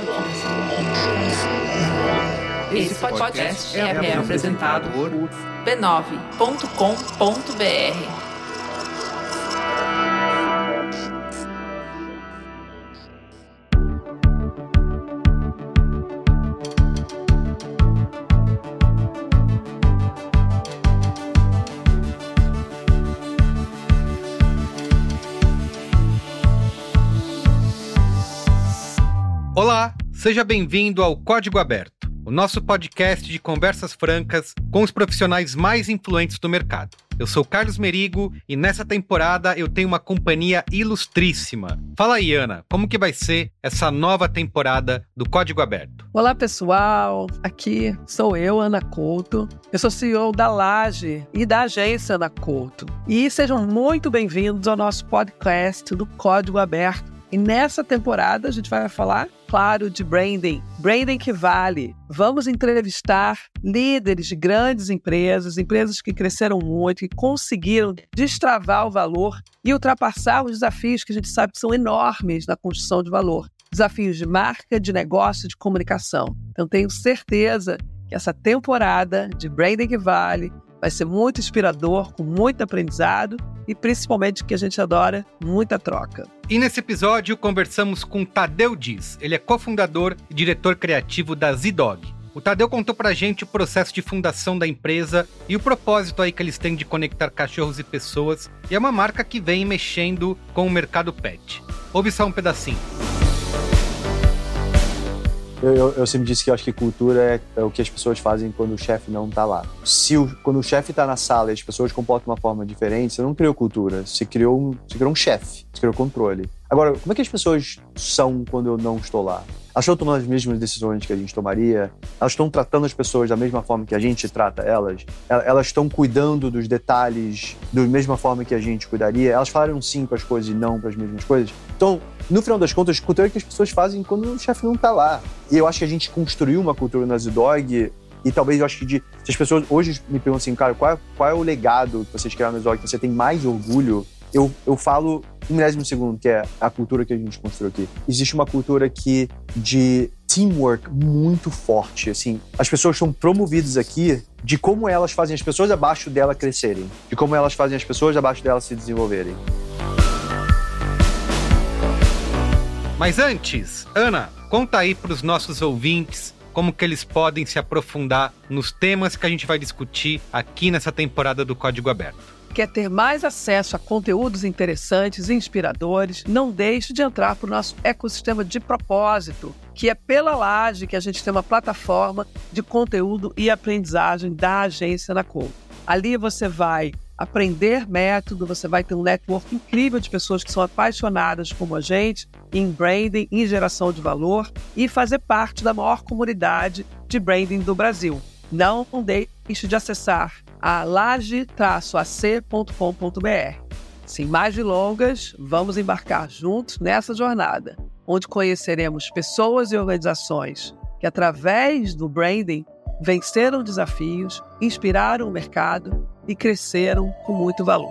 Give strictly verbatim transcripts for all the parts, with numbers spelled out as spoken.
Esse podcast é, é apresentado por b nove ponto com ponto b r. Olá, seja bem-vindo ao Código Aberto, o nosso podcast de conversas francas com os profissionais mais influentes do mercado. Eu sou Carlos Merigo e nessa temporada eu tenho uma companhia ilustríssima. Fala aí, Ana, como que vai ser essa nova temporada do Código Aberto? Olá, pessoal. Aqui sou eu, Ana Couto. Eu sou C E O da Laje e da agência Ana Couto. E sejam muito bem-vindos ao nosso podcast do Código Aberto. E nessa temporada a gente vai falar, claro, de branding. Branding que vale. Vamos entrevistar líderes de grandes empresas, empresas que cresceram muito, que conseguiram destravar o valor e ultrapassar os desafios que a gente sabe que são enormes na construção de valor. Desafios de marca, de negócio, de comunicação. Então tenho certeza que essa temporada de Branding que vale vai ser muito inspirador, com muito aprendizado e principalmente, que a gente adora, muita troca. E nesse episódio conversamos com Tadeu Diz. Ele é cofundador e diretor criativo da Z-Dog. O Tadeu contou pra gente o processo de fundação da empresa e o propósito aí que eles têm de conectar cachorros e pessoas. E é uma marca que vem mexendo com o mercado pet. Ouve só um pedacinho. Eu, eu, eu sempre disse que eu acho que cultura é, é o que as pessoas fazem quando o chefe não tá lá. Se o, quando o chefe tá na sala e as pessoas comportam de uma forma diferente, você não criou cultura, você criou um, você criou um chefe, você criou controle. Agora, como é que as pessoas são quando eu não estou lá? Elas estão tomando as mesmas decisões que a gente tomaria? Elas estão tratando as pessoas da mesma forma que a gente trata elas? Elas estão cuidando dos detalhes da mesma forma que a gente cuidaria? Elas falaram sim para as coisas e não para as mesmas coisas? Então, no final das contas, cultura é o que as pessoas fazem quando o chefe não está lá. E eu acho que a gente construiu uma cultura na Z-Dog e talvez eu acho que de, se as pessoas hoje me perguntam assim, cara, qual é, qual é o legado que vocês criaram na Z-Dog, que você tem mais orgulho? Eu, eu falo um milésimo de segundo, que é a cultura que a gente construiu aqui. Existe uma cultura aqui de teamwork muito forte, assim. As pessoas são promovidas aqui de como elas fazem as pessoas abaixo dela crescerem, de como elas fazem as pessoas abaixo dela se desenvolverem. Mas antes, Ana, conta aí para os nossos ouvintes como que eles podem se aprofundar nos temas que a gente vai discutir aqui nessa temporada do Código Aberto. Quer ter mais acesso a conteúdos interessantes e inspiradores? Não deixe de entrar para o nosso ecossistema de propósito, que é pela Laje que a gente tem uma plataforma de conteúdo e aprendizagem da agência Ana Couto. Ali você vai aprender método, você vai ter um network incrível de pessoas que são apaixonadas como a gente em branding, em geração de valor e fazer parte da maior comunidade de branding do Brasil. Não deixe de acessar a laje traço a c ponto com ponto b r. Sem mais delongas, vamos embarcar juntos nessa jornada, onde conheceremos pessoas e organizações que, através do branding, venceram desafios, inspiraram o mercado e cresceram com muito valor.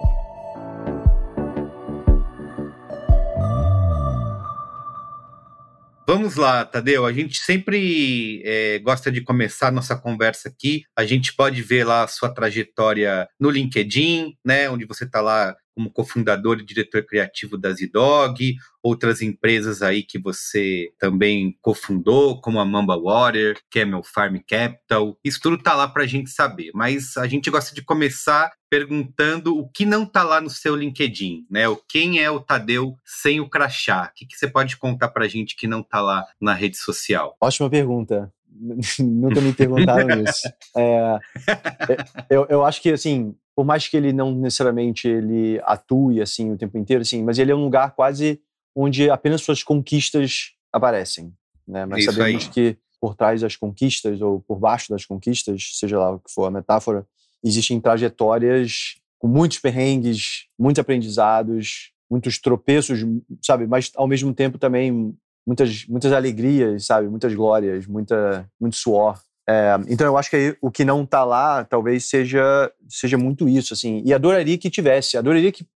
Vamos lá, Tadeu. A gente sempre é, gosta de começar nossa conversa aqui. A gente pode ver lá a sua trajetória no LinkedIn, né, onde você está lá como cofundador e diretor criativo da Z-Dog, outras empresas aí que você também cofundou, como a Mamba Water, Camel Farm Capital. Isso tudo está lá para a gente saber, mas a gente gosta de começar perguntando o que não está lá no seu LinkedIn, né? O quem é o Tadeu sem o crachá? O que, que você pode contar para a gente que não está lá na rede social? Ótima pergunta. Nunca me perguntaram isso. É, eu, eu acho que, assim, por mais que ele não necessariamente ele atue assim o tempo inteiro, assim, mas ele é um lugar quase onde apenas suas conquistas aparecem, né? Mas isso sabemos aí. Que por trás das conquistas ou por baixo das conquistas, seja lá o que for a metáfora, existem trajetórias com muitos perrengues, muitos aprendizados, muitos tropeços, sabe? Mas ao mesmo tempo também muitas, muitas alegrias, sabe? Muitas glórias, muita, muito suor. É, então eu acho que o que não tá lá talvez seja, seja muito isso, assim. E adoraria que tivesse, adoraria que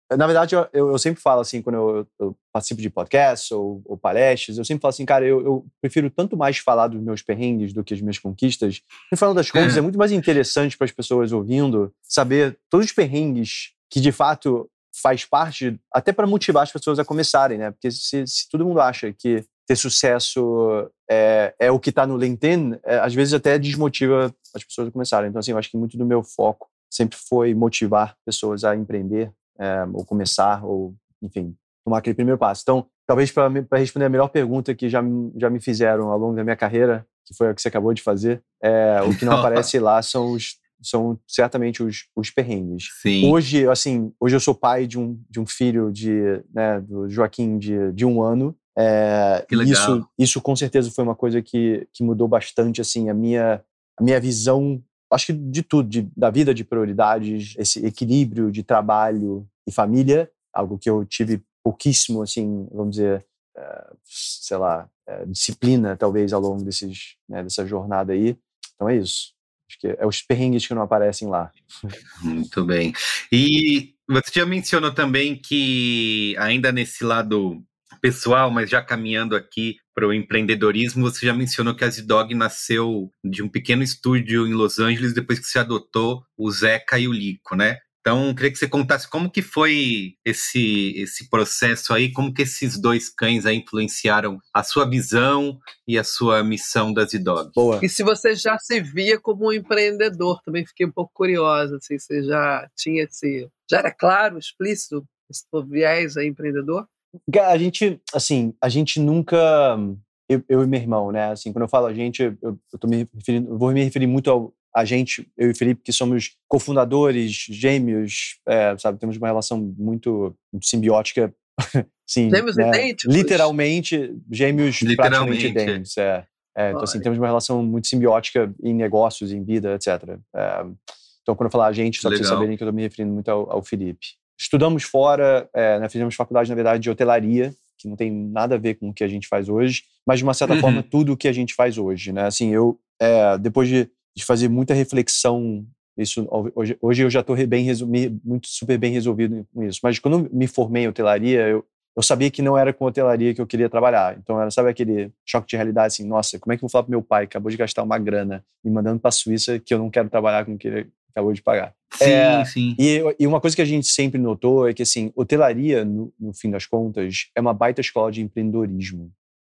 Na verdade, eu, eu sempre falo assim, quando eu, eu participo de podcasts ou, ou palestras, eu sempre falo assim, cara, eu, eu prefiro tanto mais falar dos meus perrengues do que as minhas conquistas. No final das contas, é, é muito mais interessante para as pessoas ouvindo saber todos os perrengues que, de fato, faz parte, até para motivar as pessoas a começarem, né? Porque se, se todo mundo acha que ter sucesso é, é o que está no LinkedIn, é, às vezes até desmotiva as pessoas a começarem. Então, assim, eu acho que muito do meu foco sempre foi motivar pessoas a empreender, é, ou começar, ou, enfim, tomar aquele primeiro passo. Então, talvez para responder a melhor pergunta que já, já me fizeram ao longo da minha carreira, que foi a que você acabou de fazer, é, o que não aparece lá são os são certamente os, os perrengues. Sim. Hoje, assim, hoje eu sou pai de um, de um filho de, né, do Joaquim de, de um ano. É, que legal. Isso, isso com certeza foi uma coisa que, que mudou bastante, assim, a minha, a minha visão, acho que de tudo, de, da vida, de prioridades, esse equilíbrio de trabalho e família, algo que eu tive pouquíssimo, assim, vamos dizer, é, sei lá, é, disciplina, talvez, ao longo desses, né, dessa jornada aí. Então é isso. Acho que é os perrengues que não aparecem lá. Muito bem. E você já mencionou também que, ainda nesse lado pessoal, mas já caminhando aqui para o empreendedorismo, você já mencionou que a Z-Dog nasceu de um pequeno estúdio em Los Angeles depois que você adotou o Zeca e o Lico, né? Então, queria que você contasse como que foi esse, esse processo aí, como que esses dois cães aí influenciaram a sua visão e a sua missão da Z-Dog. Boa. E se você já se via como um empreendedor, também fiquei um pouco curiosa, assim, você já tinha esse... Já era claro, explícito, esse viés aí empreendedor? A gente, assim, a gente nunca... Eu, eu e meu irmão, né? Assim, quando eu falo a gente, eu, eu, tô me referindo, eu vou me referir muito ao a gente, eu e o Felipe, que somos cofundadores, gêmeos, é, sabe, temos uma relação muito, muito simbiótica. Sim, gêmeos né? idênticos? Literalmente, gêmeos Literalmente. praticamente idênticos. É. É, então, assim, temos uma relação muito simbiótica em negócios, em vida, etcétera. É, então, quando eu falar a gente, só para vocês saberem que eu estou me referindo muito ao, ao Felipe. Estudamos fora, é, né, fizemos faculdade, na verdade, de hotelaria, que não tem nada a ver com o que a gente faz hoje, mas, de uma certa uhum. forma, tudo o que a gente faz hoje, né? Assim, eu, é, depois de de fazer muita reflexão, isso, hoje, hoje eu já estou bem resumido, muito super bem resolvido com isso, mas quando eu me formei em hotelaria, eu, eu sabia que não era com hotelaria que eu queria trabalhar, então era, sabe aquele choque de realidade, assim, nossa, como é que eu vou falar pro meu pai, acabou de gastar uma grana me mandando para a Suíça, que eu não quero trabalhar com o que ele acabou de pagar. Sim, é, sim. E, e uma coisa que a gente sempre notou é que, assim, hotelaria, no, no fim das contas, é uma baita escola de empreendedorismo,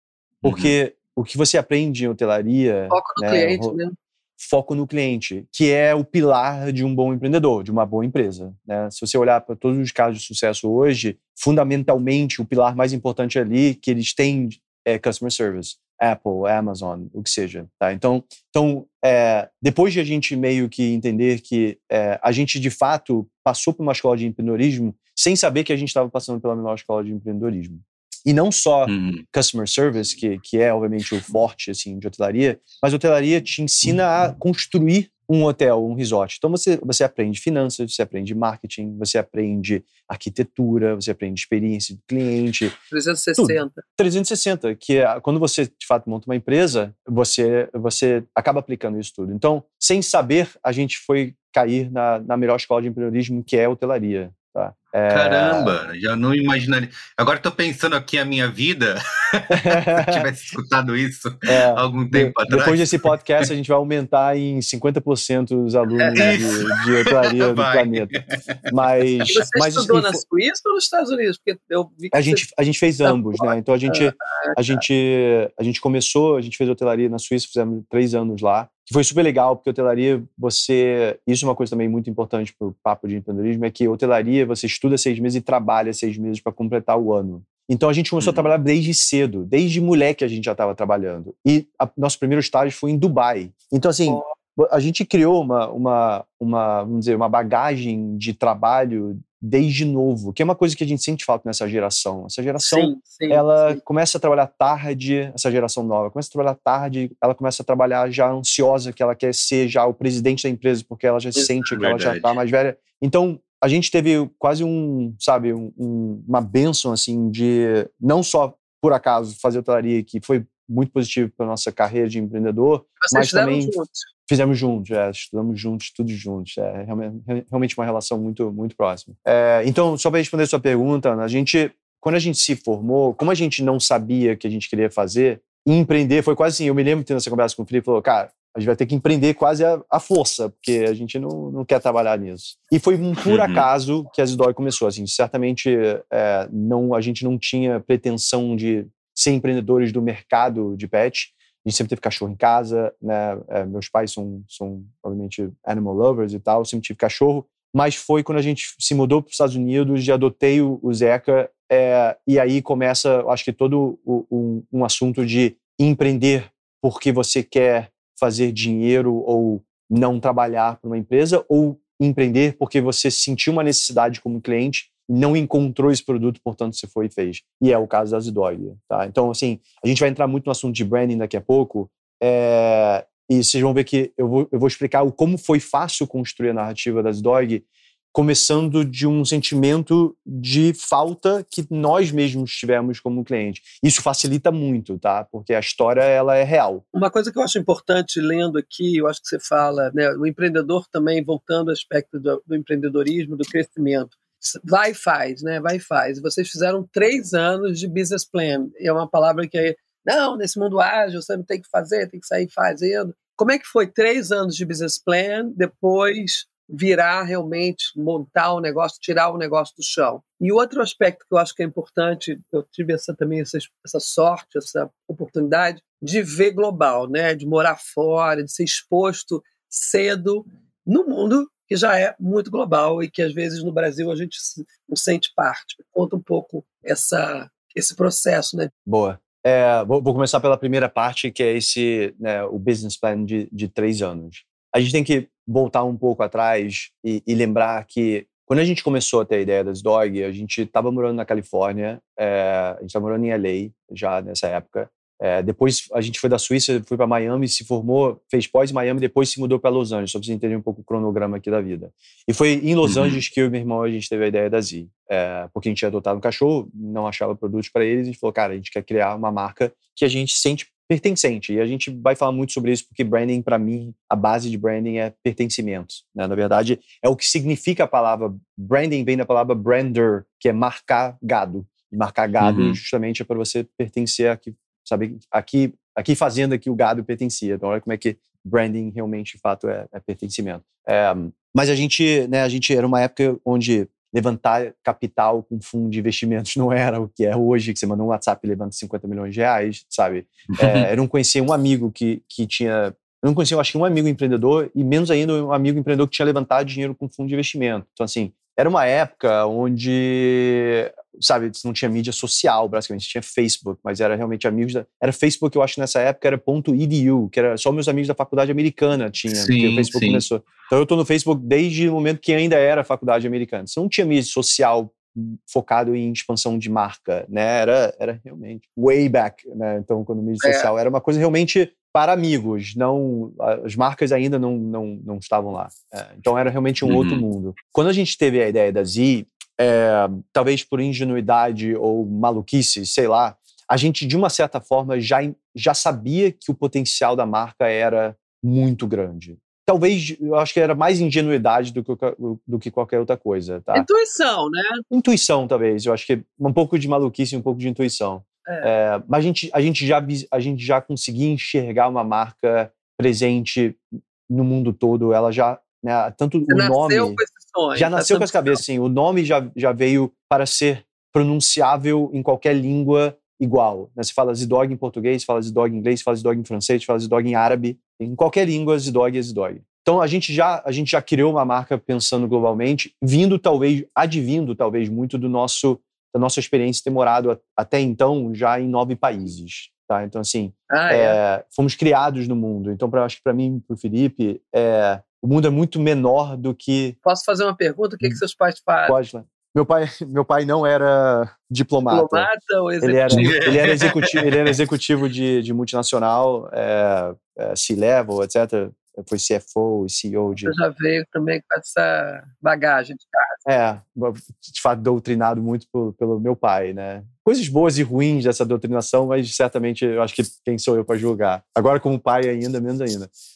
porque uhum. o que você aprende em hotelaria... Foco no né, cliente, né? Foco no cliente, que é o pilar de um bom empreendedor, de uma boa empresa, né? Se você olhar para todos os casos de sucesso hoje, fundamentalmente o pilar mais importante ali que eles têm é customer service, Apple, Amazon, o que seja, tá? Então, então é, depois de a gente meio que entender que é, a gente de fato passou por uma escola de empreendedorismo sem saber que a gente estava passando pela melhor escola de empreendedorismo. E não só uhum. customer service, que, que é, obviamente, o forte assim, de hotelaria, mas a hotelaria te ensina a construir um hotel, um resort. Então, você, você aprende finanças, você aprende marketing, você aprende arquitetura, você aprende experiência do cliente. trezentos e sessenta. Tudo. trezentos e sessenta, que é, quando você, de fato, monta uma empresa, você, você acaba aplicando isso tudo. Então, sem saber, a gente foi cair na, na melhor escola de empreendedorismo, que é a hotelaria. Tá? É... Caramba, já não imaginaria. Agora estou pensando aqui a minha vida, se eu tivesse escutado isso é, algum tempo de, atrás. Depois desse podcast, a gente vai aumentar em cinquenta por cento os alunos de, de hotelaria do planeta. Mas, e você mas estudou isso, na Suíça ou nos Estados Unidos? Porque eu vi que a, gente, você... a gente fez ambos, né? Então a gente, a, gente, a gente começou, a gente fez hotelaria na Suíça, fizemos três anos lá. Que foi super legal, porque hotelaria, você... Isso é uma coisa também muito importante para o papo de empreendedorismo, é que hotelaria, você estuda seis meses e trabalha seis meses para completar o ano. Então a gente começou uhum. a trabalhar desde cedo, desde moleque a gente já estava trabalhando. E a, nosso primeiro estágio foi em Dubai. Então, assim, oh. a gente criou uma, uma, uma, vamos dizer, uma bagagem de trabalho desde novo, que é uma coisa que a gente sente falta nessa geração. Essa geração, sim, sim, ela sim. começa a trabalhar tarde, essa geração nova, começa a trabalhar tarde, ela começa a trabalhar já ansiosa, que ela quer ser já o presidente da empresa, porque ela já Isso, sente que verdade. ela já está mais velha. Então, a gente teve quase um, sabe, um, um, uma bênção, assim, de não só, por acaso, fazer hotelaria, que foi muito positivo para nossa carreira de empreendedor, Vocês mas também juntos. Fizemos juntos, é, estudamos juntos, tudo juntos. É realmente, realmente uma relação muito, muito próxima. É, então, só para responder a sua pergunta, Ana, a gente, quando a gente se formou, como a gente não sabia o que a gente queria fazer, empreender foi quase assim, eu me lembro tendo essa conversa com o Felipe, falou, cara, a gente vai ter que empreender quase a, a força, porque a gente não, não quer trabalhar nisso. E foi um por acaso que a Zidog começou. Assim, certamente é, não, a gente não tinha pretensão de ser empreendedores do mercado de pet. A gente sempre teve cachorro em casa, né? É, meus pais são, são, obviamente, animal lovers e tal, sempre tive cachorro. Mas foi quando a gente se mudou para os Estados Unidos e adotei o, o Zeca, é, e aí começa, acho que todo o, um, um assunto de empreender porque você quer fazer dinheiro ou não trabalhar para uma empresa, ou empreender porque você sentiu uma necessidade como cliente e não encontrou esse produto, portanto você foi e fez. E é o caso da Zidog, tá? Então, assim, a gente vai entrar muito no assunto de branding daqui a pouco, é, e vocês vão ver que eu vou, eu vou explicar o como foi fácil construir a narrativa da Zidog, começando de um sentimento de falta que nós mesmos tivemos como cliente. Isso facilita muito, tá? Porque a história, ela é real. Uma coisa que eu acho importante, lendo aqui, eu acho que você fala, né, o empreendedor também, voltando ao aspecto do, do empreendedorismo, do crescimento, vai e faz, né? Vai e faz. Vocês fizeram três anos de business plan. É uma palavra que é, não, nesse mundo ágil, você não tem que fazer, tem que sair fazendo. Como é que foi três anos de business plan, depois virar realmente, montar o negócio, tirar o negócio do chão? E outro aspecto que eu acho que é importante, eu tive essa, também essa, essa sorte, essa oportunidade de ver global, né? De morar fora, de ser exposto cedo no mundo que já é muito global e que às vezes no Brasil a gente não sente parte. Conta um pouco essa, esse processo, né? Boa. É, vou, vou começar pela primeira parte, que é esse, né, o business plan de, de três anos. A gente tem que voltar um pouco atrás e, e lembrar que quando a gente começou a ter a ideia da Zidog, a gente estava morando na Califórnia, é, a gente estava morando em L A já nessa época. É, depois a gente foi da Suíça, foi para Miami, se formou, fez pós em Miami, depois se mudou para Los Angeles, só para você entender um pouco o cronograma aqui da vida. E foi em Los uhum. Angeles que eu e meu irmão a gente teve a ideia da Z, é, porque a gente tinha adotado um cachorro, não achava produtos para eles, e a gente falou, cara, a gente quer criar uma marca que a gente sente pertencente, e a gente vai falar muito sobre isso, porque branding, para mim, a base de branding é pertencimento, né? Na verdade, é o que significa a palavra branding, vem da palavra brander, que é marcar gado, e marcar gado uhum. justamente é para você pertencer a que sabe, aqui, aqui fazenda que o gado pertencia. Então, olha como é que branding realmente, de fato, é, é pertencimento. É, mas a gente, né, a gente era uma época onde levantar capital com fundo de investimentos não era o que é hoje, que você manda um WhatsApp e levanta cinquenta milhões de reais, sabe? É, eu não conhecia um amigo que, que tinha... Eu não conhecia, eu acho que um amigo empreendedor, e menos ainda um amigo empreendedor que tinha levantado dinheiro com fundo de investimento. Então, assim, era uma época onde, sabe, não tinha mídia social, basicamente, tinha Facebook, mas era realmente amigos da... Era Facebook, eu acho, nessa época, era .edu, que era só meus amigos da faculdade americana tinham, porque o Facebook sim. começou. Então, eu tô no Facebook desde o momento que ainda era faculdade americana. Você não tinha mídia social focado em expansão de marca, né? Era, era realmente way back, né? Então, quando mídia social é. era uma coisa realmente para amigos, não, as marcas ainda não, não, não estavam lá. É, então, era realmente um uhum. outro mundo. Quando a gente teve a ideia da Z, é, talvez por ingenuidade ou maluquice, sei lá, a gente, de uma certa forma, já, já sabia que o potencial da marca era muito grande. Talvez, eu acho que era mais ingenuidade do que, do que qualquer outra coisa, tá? Intuição, né? Intuição, talvez. Eu acho que um pouco de maluquice e um pouco de intuição. É. É, mas a gente, a, gente já, a gente já conseguia enxergar uma marca presente no mundo todo. Ela já, né, tanto Você o nasceu nome... com esse sonho, já nasceu com essa cabeça, sim. O nome já, já veio para ser pronunciável em qualquer língua igual. Né? Você fala Zidog em português, fala Zidog em inglês, fala Zidog em francês, fala Zidog em árabe. Em qualquer língua, Zidog é Zidog. Então, a gente, já, a gente já criou uma marca pensando globalmente, vindo talvez, advindo talvez muito do nosso, da nossa experiência de ter morado a, até então já em nove países. Tá? Então, assim, ah, é, é. fomos criados no mundo. Então, pra, acho que para mim e para o Felipe, é, o mundo é muito menor do que... Posso fazer uma pergunta? O que, que seus pais fazem? Pode, né? Meu pai, meu pai não era diplomata. Diplomata ou executivo? Ele era, ele era executivo, ele era executivo de, de multinacional, é, é, C-level, etcétera. Foi C F O e C E O de... Você já veio também com essa bagagem de casa. É, de fato, doutrinado muito pelo, pelo meu pai, né? Coisas boas e ruins dessa doutrinação, mas certamente eu acho que quem sou eu para julgar. Agora, como pai ainda, menos ainda.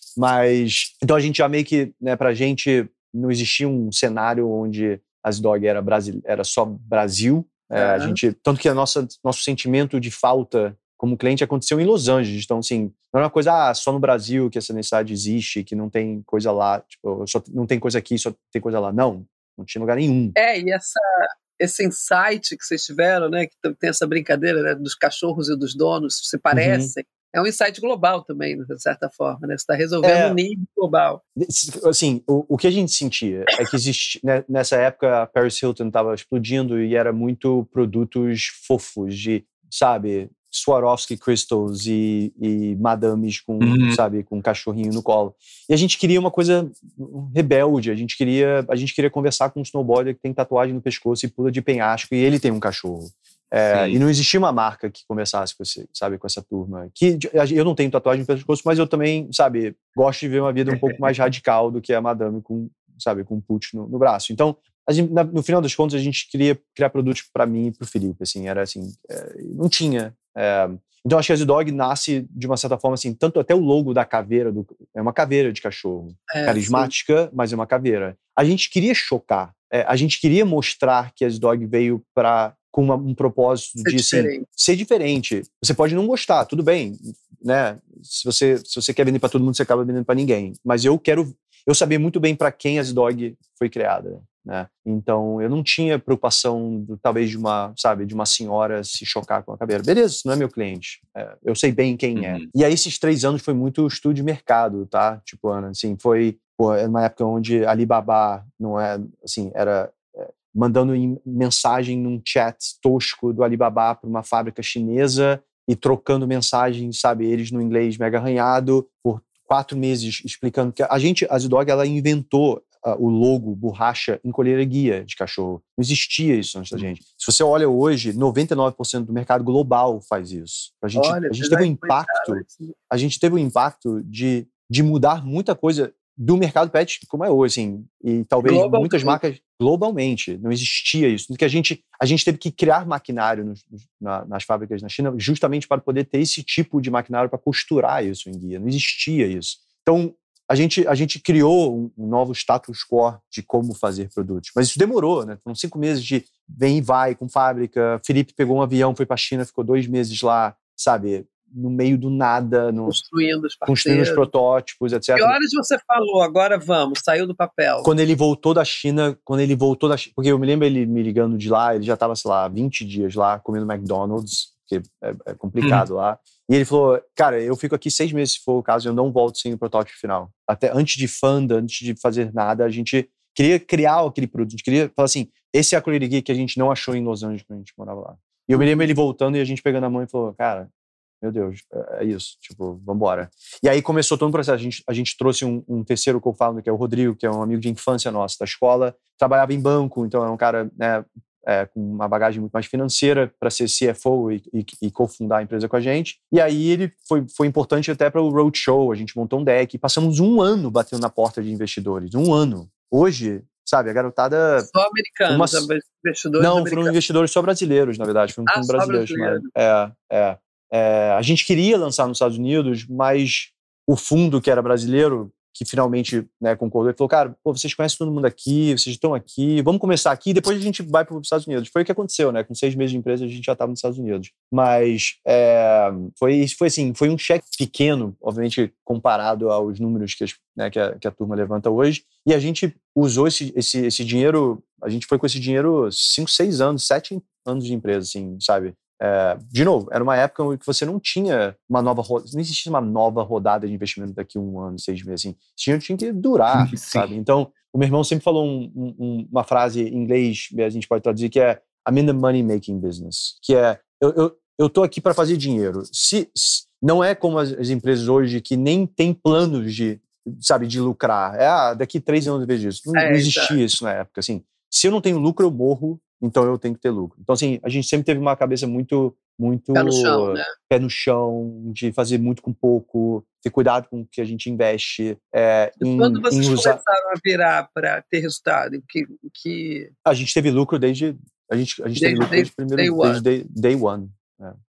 Mas, então a gente já meio que, né, pra gente, não existia um cenário onde a Z-Dog era, Brasil, era só Brasil. É, a gente, tanto que a nossa, nosso sentimento de falta como cliente aconteceu em Los Angeles. Então, assim, não é uma coisa ah, só no Brasil que essa necessidade existe, que não tem coisa lá, tipo, só não tem coisa aqui, só tem coisa lá. Não, não tinha lugar nenhum. É, e essa, esse insight que vocês tiveram, né, que tem essa brincadeira, né, dos cachorros e dos donos se parecem, uhum. É um insight global também, de certa forma, né? Você está resolvendo é, um nível global. Assim, o, o que a gente sentia é que existe, né, nessa época a Paris Hilton estava explodindo e era muito produtos fofos de, sabe, Swarovski Crystals e, e madames com, uhum. sabe, com um cachorrinho no colo. E a gente queria uma coisa rebelde, a gente queria, a gente queria conversar com um snowboarder que tem tatuagem no pescoço e pula de penhasco e ele tem um cachorro. É, e não existia uma marca que começasse com, esse, sabe, com essa turma. Que, eu não tenho tatuagem no pescoço, mas eu também, sabe, gosto de ver uma vida um pouco mais radical do que a madame com, sabe, com um put no, no braço. Então, a gente, na, no final das contas, a gente queria criar produtos para mim e para o Felipe. Assim, era assim, é, não tinha. É, então, acho que a Z-Dog nasce de uma certa forma assim, tanto até o logo da caveira, do, é uma caveira de cachorro. É, carismática, sim. Mas é uma caveira. A gente queria chocar. É, a gente queria mostrar que a Z-Dog veio para com uma, um propósito ser de diferente. Assim, ser diferente. Você pode não gostar, tudo bem, né? Se você, se você quer vender para todo mundo, você acaba vendendo para ninguém. Mas eu quero, eu sabia muito bem para quem a Z-Dog foi criada, né? Então eu não tinha preocupação do, talvez de uma, sabe, de uma senhora se chocar com a caveira. Beleza, isso não é meu cliente. É, eu sei bem quem uhum. é. E aí esses três anos foi muito estudo de mercado, tá? Tipo, Ana, assim, foi pô, era uma época onde Alibaba não é, assim, era mandando mensagem num chat tosco do Alibaba para uma fábrica chinesa e trocando mensagens, sabe, eles no inglês mega arranhado por quatro meses explicando que a gente, a Z-Dog, ela inventou uh, o logo borracha em colheira guia de cachorro. Não existia isso antes da gente. Se você olha hoje, noventa e nove por cento do mercado global faz isso. A gente, olha, a gente teve um impacto, a gente teve um impacto de, de mudar muita coisa do mercado pet como é hoje, assim, e talvez muitas marcas globalmente, não existia isso, que a gente, a gente teve que criar maquinário nos, na, nas fábricas na China justamente para poder ter esse tipo de maquinário para costurar isso em guia, não existia isso. Então, a gente, a gente criou um, um novo status quo de como fazer produtos, mas isso demorou, né? Foram cinco meses de vem e vai com fábrica, Felipe pegou um avião, foi para a China, ficou dois meses lá, sabe, no meio do nada, no, construindo os construindo os protótipos, etcétera. Que horas você falou, agora vamos, saiu do papel? Quando ele voltou da China, quando ele voltou da China, porque eu me lembro ele me ligando de lá, ele já estava, sei lá, vinte dias lá, comendo McDonald's, que é, é complicado hum. lá, e ele falou, cara, eu fico aqui seis meses se for o caso, eu não volto sem o protótipo final. Até antes de funda, antes de fazer nada, a gente queria criar aquele produto, a gente queria falar assim, esse é a Colheira Guia que a gente não achou em Los Angeles quando a gente morava lá. E eu me lembro ele voltando e a gente pegando a mão e falou, cara, meu Deus, é isso, tipo, vambora. E aí começou todo um processo, a gente, a gente trouxe um, um terceiro co-founder, que é o Rodrigo, que é um amigo de infância nosso, da escola, trabalhava em banco, então era um cara, né, é, com uma bagagem muito mais financeira para ser C F O e, e, e cofundar a empresa com a gente. E aí ele foi, foi importante até para o Roadshow, a gente montou um deck e passamos um ano batendo na porta de investidores, um ano. Hoje, sabe, a garotada... Só americanos, uma... investidores Não, americanos. Foram investidores só brasileiros, na verdade, foram ah, brasileiros. brasileiro. Mas, é, é. É, a gente queria lançar nos Estados Unidos, mas o fundo que era brasileiro, que finalmente, né, concordou, ele falou, cara, pô, vocês conhecem todo mundo aqui, vocês estão aqui, vamos começar aqui e depois a gente vai para os Estados Unidos. Foi o que aconteceu, né? Com seis meses de empresa a gente já estava nos Estados Unidos. Mas é, foi, foi assim, foi um cheque pequeno, obviamente comparado aos números que, as, né, que, a, que a turma levanta hoje, e a gente usou esse, esse, esse dinheiro, a gente foi com esse dinheiro cinco, seis anos, sete anos de empresa, assim, sabe? É, de novo, era uma época em que você não tinha uma nova rodada, não existia uma nova rodada de investimento daqui a um ano, seis meses, assim. Tinha, tinha que durar, Sim. sabe? Então, o meu irmão sempre falou um, um, uma frase em inglês, a gente pode traduzir, que é I'm in the money making business, que é, eu, eu, eu tô aqui para fazer dinheiro. Se, se, não é como as, as empresas hoje que nem tem planos de, sabe, de lucrar. É, ah, daqui três anos eu vejo isso. Não, é, não existia é. isso na época, assim. Se eu não tenho lucro, eu morro. Então eu tenho que ter lucro. Então, assim, a gente sempre teve uma cabeça muito, muito pé no chão, né? Pé no chão, de fazer muito com pouco, ter cuidado com o que a gente investe. É, e em, quando vocês em usar... começaram a virar para ter resultado? Que, que... A gente teve lucro desde. A gente, a gente desde, teve lucro desde, desde, primeiro, day, desde one. day, day one. É.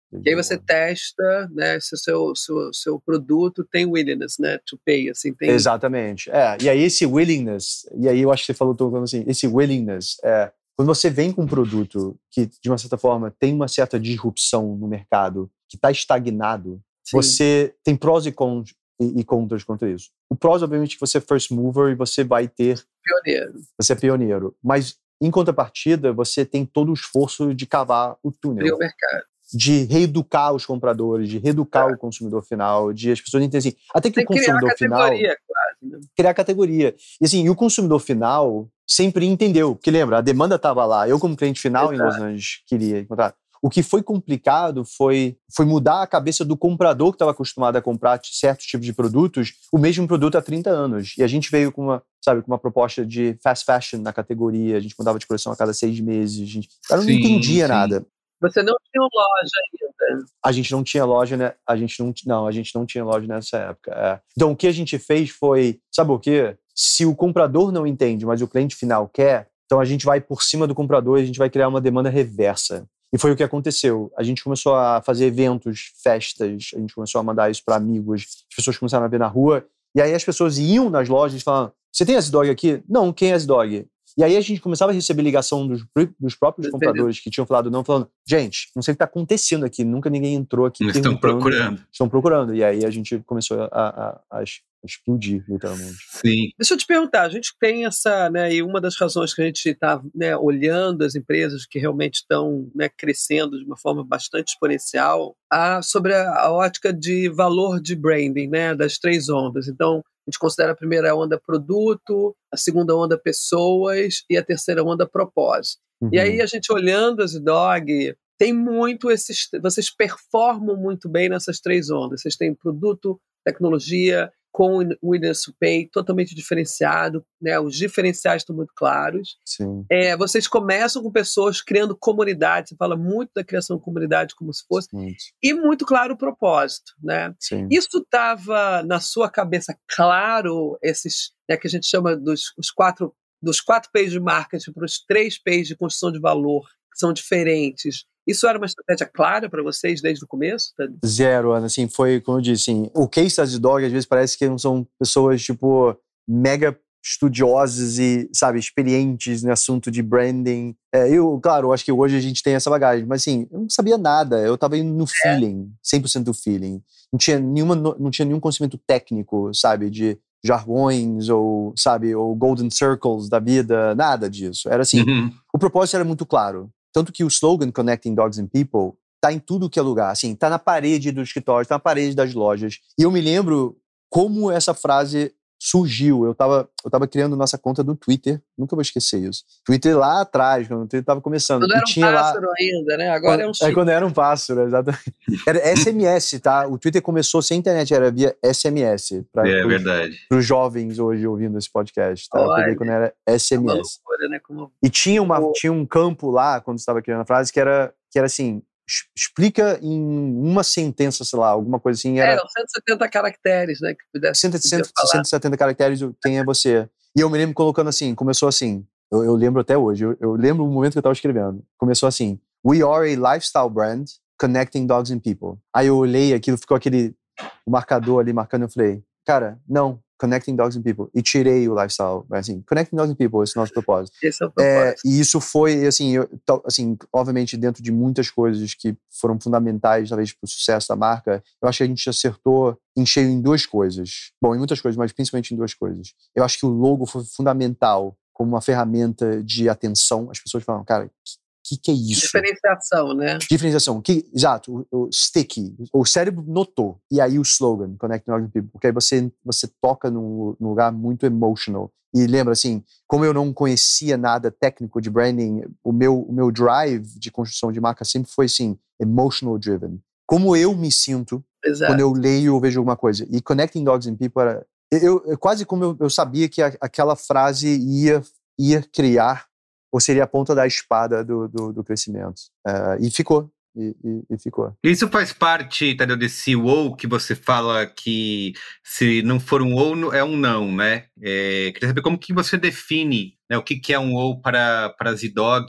Que aí você testa, né, se o seu, seu, seu produto tem willingness, né, to pay, assim, tem... Exatamente. É, e aí esse willingness, e aí eu acho que você falou todo assim, esse willingness, é, quando você vem com um produto que, de uma certa forma, tem uma certa disrupção no mercado, que está estagnado, Sim. você tem prós e cons e, e contras contra isso. O prós, obviamente, que você é first mover e você vai ter... Pioneiro. Você é pioneiro. Mas, em contrapartida, você tem todo o esforço de cavar o túnel. E o mercado. De reeducar os compradores, de reeducar é. o consumidor final, de as pessoas entenderem assim, até que tem o consumidor final... Criar categoria, quase, né? Criar categoria. E assim, e o consumidor final sempre entendeu, porque lembra, a demanda estava lá, eu como cliente final Exato. em Los Angeles queria encontrar. O que foi complicado foi, foi mudar a cabeça do comprador que estava acostumado a comprar certos tipos de produtos, o mesmo produto há trinta anos. E a gente veio com uma, sabe, com uma proposta de fast fashion na categoria, a gente mudava de coleção a cada seis meses, a gente eu não entendia sim. nada. Você não tinha loja ainda. A gente não tinha loja, né? A gente não, não, a gente não tinha loja nessa época. É. Então, o que a gente fez foi, sabe o quê? Se o comprador não entende, mas o cliente final quer, então a gente vai por cima do comprador e a gente vai criar uma demanda reversa. E foi o que aconteceu. A gente começou a fazer eventos, festas, a gente começou a mandar isso para amigos, as pessoas começaram a ver na rua, e aí as pessoas iam nas lojas e falavam, você tem esse dog aqui? Não, quem é esse dog? E aí a gente começava a receber ligação dos, dos próprios Entendi. compradores que tinham falado não, falando, gente, não sei o que está acontecendo aqui, nunca ninguém entrou aqui. Eles estão procurando. Estão procurando. E aí a gente começou a, a, a explodir, literalmente. Sim. Deixa eu te perguntar, a gente tem essa, né, e uma das razões que a gente está, né, olhando as empresas que realmente estão, né, crescendo de uma forma bastante exponencial, a, sobre a, a ótica de valor de branding, né, das três ondas. Então, a gente considera a primeira onda produto, a segunda onda pessoas e a terceira onda propósito. Uhum. E aí a gente olhando as Zidog, tem muito esses... Vocês performam muito bem nessas três ondas. Vocês têm produto, tecnologia, com o willingness to pay totalmente diferenciado, né? Os diferenciais estão muito claros. Sim. É, vocês começam com pessoas criando comunidade, você fala muito da criação de comunidade como se fosse, Sim. e muito claro o propósito, né? Sim. Isso estava na sua cabeça claro, esses, né, que a gente chama dos os quatro, dos quatro P's de marketing para os três P's de construção de valor, que são diferentes. Isso era uma estratégia clara para vocês desde o começo? Zero, Ana. Assim, foi, como eu disse, assim, o case da Zidog, às vezes, parece que não são pessoas, tipo, mega estudiosas e, sabe, experientes no assunto de branding. É, eu, claro, acho que hoje a gente tem essa bagagem, mas, assim, eu não sabia nada. Eu tava indo no é. feeling, cem por cento do feeling. Não tinha, nenhuma, não tinha nenhum conhecimento técnico, sabe, de jargões ou, sabe, ou golden circles da vida, nada disso. Era assim, uhum. o propósito era muito claro. Tanto que o slogan Connecting Dogs and People tá em tudo que é lugar, assim, tá na parede do escritório, tá na parede das lojas. E eu me lembro como essa frase surgiu. Eu tava, eu tava criando nossa conta do Twitter, nunca vou esquecer isso. Twitter lá atrás, quando o Twitter tava começando. Quando e era um tinha pássaro lá, ainda, né? Agora quando, é um chip. É quando era um pássaro, exatamente. Era S M S, tá? O Twitter começou sem internet, era via S M S. Pra, é pros, verdade. Pros jovens hoje ouvindo esse podcast, tá? Eu peguei quando era S M S. É uma loucura, né? Como... E tinha, uma, tinha um campo lá, quando você estava criando a frase, que era, que era assim, explica em uma sentença, sei lá, alguma coisa assim. Era, é, cento e setenta caracteres, né? Que pudesse cento e setenta caracteres, quem é você? E eu me lembro colocando assim, começou assim, eu, eu lembro até hoje, eu, eu lembro o momento que eu estava escrevendo. Começou assim, we are a lifestyle brand connecting dogs and people. Aí eu olhei aquilo, ficou aquele o marcador ali marcando, eu falei, cara, não, Connecting Dogs and People. E tirei o lifestyle, assim, Connecting Dogs and People, esse é o nosso propósito. Esse é o propósito. É, e isso foi, assim, eu, assim, obviamente, dentro de muitas coisas que foram fundamentais, talvez, para o sucesso da marca, eu acho que a gente acertou em cheio em duas coisas. Bom, em muitas coisas, mas principalmente em duas coisas. Eu acho que o logo foi fundamental como uma ferramenta de atenção. As pessoas falam, cara, o que, que é isso? Diferenciação, né? Diferenciação. Que, exato. O, o sticky. O cérebro notou. E aí o slogan, Connect Dogs and People. Porque aí você, você toca num, num lugar muito emotional. E lembra, assim, como eu não conhecia nada técnico de branding, o meu, o meu drive de construção de marca sempre foi, assim, emotional driven. Como eu me sinto Exato. Quando eu leio ou vejo alguma coisa. E Connecting Dogs and People era... Eu, eu, quase como eu, eu sabia que a, aquela frase ia, ia criar ou seria a ponta da espada do, do, do crescimento. Uh, e ficou. E, e, e ficou. Isso faz parte, Tadeu, desse ou que você fala que se não for um ou, é um não, né? É, queria saber como que você define, né, o que, que é um ou para, para a Zidog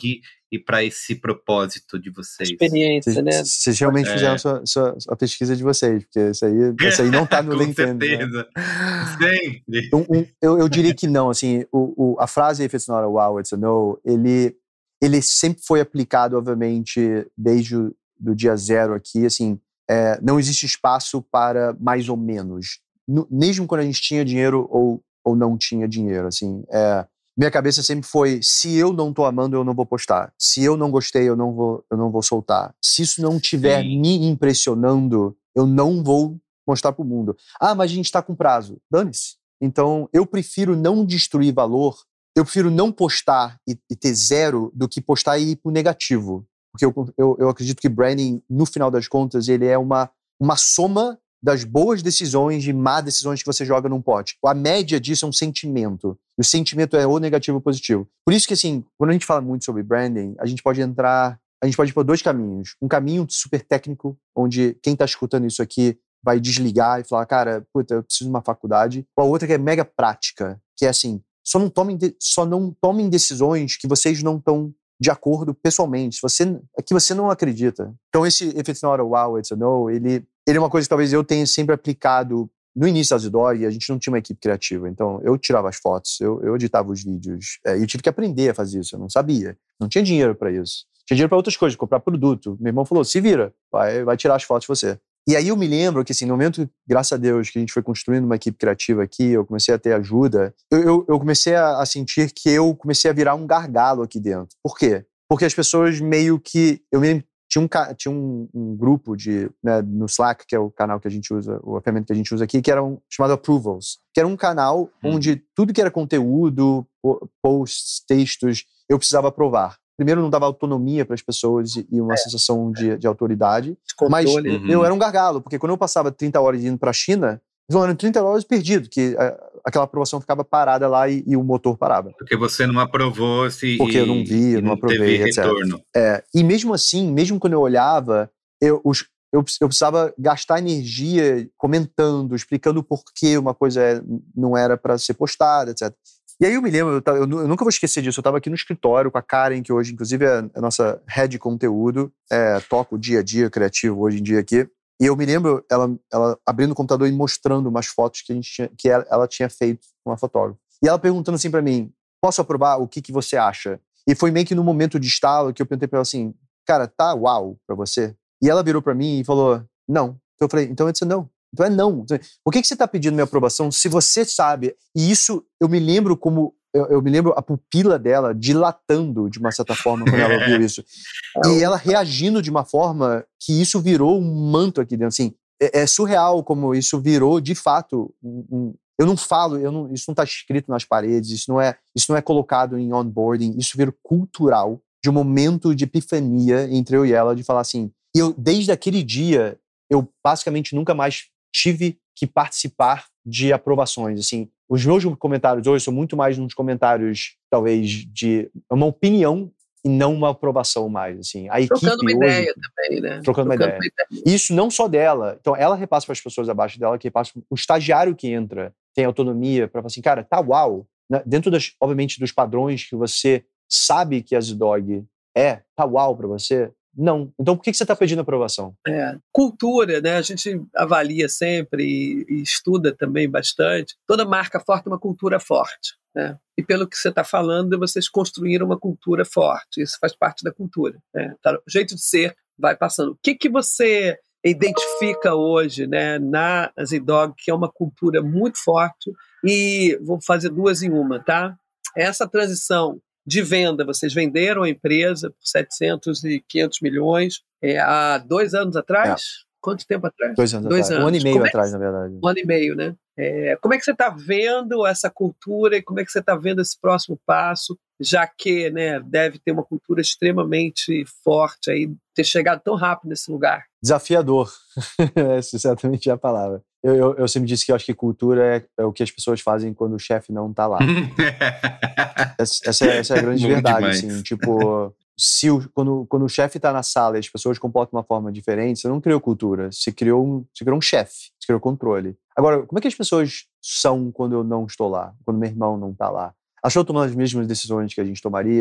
e para esse propósito de vocês? Experiência, Vocês, né? vocês realmente É. fizeram a sua, sua, a pesquisa de vocês, porque isso aí, isso aí não tá no Com LinkedIn. certeza. Né? Sempre. Um, um, eu, eu diria que não, assim, o, o, a frase "if it's not a wow, it's a no", ele, ele sempre foi aplicado, obviamente, desde o do dia zero aqui, assim, é, não existe espaço para mais ou menos, no, mesmo quando a gente tinha dinheiro ou, ou não tinha dinheiro, assim, é, minha cabeça sempre foi, se eu não tô amando, eu não vou postar, se eu não gostei, eu não vou, eu não vou soltar, se isso não estiver me impressionando, eu não vou mostrar pro mundo. Ah, mas a gente tá com prazo, dane-se. Então, eu prefiro não destruir valor, eu prefiro não postar e, e ter zero do que postar e ir pro negativo. Porque eu, eu, eu acredito que branding, no final das contas, ele é uma, uma soma das boas decisões e má decisões que você joga num pote. A média disso é um sentimento. E o sentimento é ou negativo ou positivo. Por isso que, assim, quando a gente fala muito sobre branding, a gente pode entrar, a gente pode ir por dois caminhos. Um caminho super técnico, onde quem está escutando isso aqui vai desligar e falar, cara, puta, eu preciso de uma faculdade. Ou a outra que é mega prática, que é assim, só não tomem, de, só não tomem decisões que vocês não estão de acordo pessoalmente, se você, é que você não acredita. Então esse if it's not a wow, it's a no, ele, ele é uma coisa que talvez eu tenha sempre aplicado no início da Zidog, a gente não tinha uma equipe criativa, então eu tirava as fotos, eu, eu editava os vídeos, é, e eu tive que aprender a fazer isso, eu não sabia, não tinha dinheiro para isso, tinha dinheiro para outras coisas, comprar produto. Meu irmão falou, se vira, vai, vai tirar as fotos de você. E aí eu me lembro que, assim, no momento, graças a Deus, que a gente foi construindo uma equipe criativa aqui, eu comecei a ter ajuda, eu, eu, eu comecei a, a sentir que eu comecei a virar um gargalo aqui dentro. Por quê? Porque as pessoas meio que... Eu me lembro, tinha um, tinha um, um grupo de, né, no Slack, que é o canal que a gente usa, a ferramenta que a gente usa aqui, que era um, chamado Approvals, que era um canal hum. onde tudo que era conteúdo, posts, textos, eu precisava aprovar. Primeiro, não dava autonomia para as pessoas e uma é. sensação de, de autoridade. Controle. Mas uhum. eu era um gargalo, porque quando eu passava trinta horas indo para a China, eram trinta horas perdido, que a, aquela aprovação ficava parada lá e, e o motor parava. Porque você não aprovou se Porque eu não vi, eu não, não aprovei, teve retorno. É, e mesmo assim, mesmo quando eu olhava, eu, os, eu, eu precisava gastar energia comentando, explicando por que uma coisa não era para ser postada, etcétera. E aí eu me lembro, eu, eu nunca vou esquecer disso, eu estava aqui no escritório com a Karen, que hoje, inclusive, é a nossa head de conteúdo, é, toca o dia a dia criativo hoje em dia aqui. E eu me lembro ela, ela abrindo o computador e mostrando umas fotos que, a gente tinha, que ela, ela tinha feito com uma fotógrafa. E ela perguntando assim para mim, posso aprovar? O que, que você acha? E foi meio que no momento de estalo que eu perguntei para ela assim, cara, tá uau pra você? E ela virou para mim e falou, não. Então eu falei, então it's a no. Então é não. Por que, que você está pedindo minha aprovação se você sabe? E isso, eu me lembro como... Eu, eu me lembro a pupila dela dilatando de uma certa forma quando ela ouviu isso. E ela reagindo de uma forma que isso virou um manto aqui dentro. Assim, é, é surreal como isso virou, de fato, um, um, eu não falo, eu não, isso não está escrito nas paredes, isso não, é, isso não é colocado em onboarding, isso virou cultural, de um momento de epifania entre eu e ela, de falar assim... E eu, desde aquele dia, eu basicamente nunca mais tive que participar de aprovações, assim, os meus comentários hoje são muito mais uns comentários, talvez, de uma opinião e não uma aprovação mais, assim. A trocando equipe uma hoje, ideia também, né? Trocando, trocando uma ideia. uma ideia. Isso não só dela, então ela repassa para as pessoas abaixo dela, que repassa o estagiário que entra, tem autonomia para falar assim, cara, tá uau, né? Dentro, das, obviamente, dos padrões que você sabe que a Zidog é, tá uau para você, não. Então, por que você está pedindo aprovação? É. Cultura, né? A gente avalia sempre e, e estuda também bastante. Toda marca forte é uma cultura forte, né? E pelo que você está falando, vocês construíram uma cultura forte. Isso faz parte da cultura, né? Tá, o jeito de ser vai passando. O que, que você identifica hoje, né, na Zidog, que é uma cultura muito forte? E vou fazer duas em uma, tá? Essa transição de venda, vocês venderam a empresa por setecentos e quinhentos milhões é, há dois anos atrás? É. Quanto tempo atrás? Dois anos dois atrás. Anos. Um ano e meio como atrás, é, na verdade. Um ano e meio, né? É, como é que você está vendo essa cultura e como é que você está vendo esse próximo passo, já que, né, deve ter uma cultura extremamente forte aí, ter chegado tão rápido nesse lugar? Desafiador. Essa é exatamente a palavra. Eu, eu, eu sempre disse que eu acho que cultura é, é o que as pessoas fazem quando o chefe não está lá. essa, essa, é, essa é a grande Bom verdade, demais. assim, tipo... Se o, quando, quando o chefe está na sala e as pessoas comportam de uma forma diferente, você não criou cultura, você criou um, você criou um chefe, você criou controle. Agora, como é que as pessoas são quando eu não estou lá, quando meu irmão não está lá? Elas estão tomando as mesmas decisões que a gente tomaria?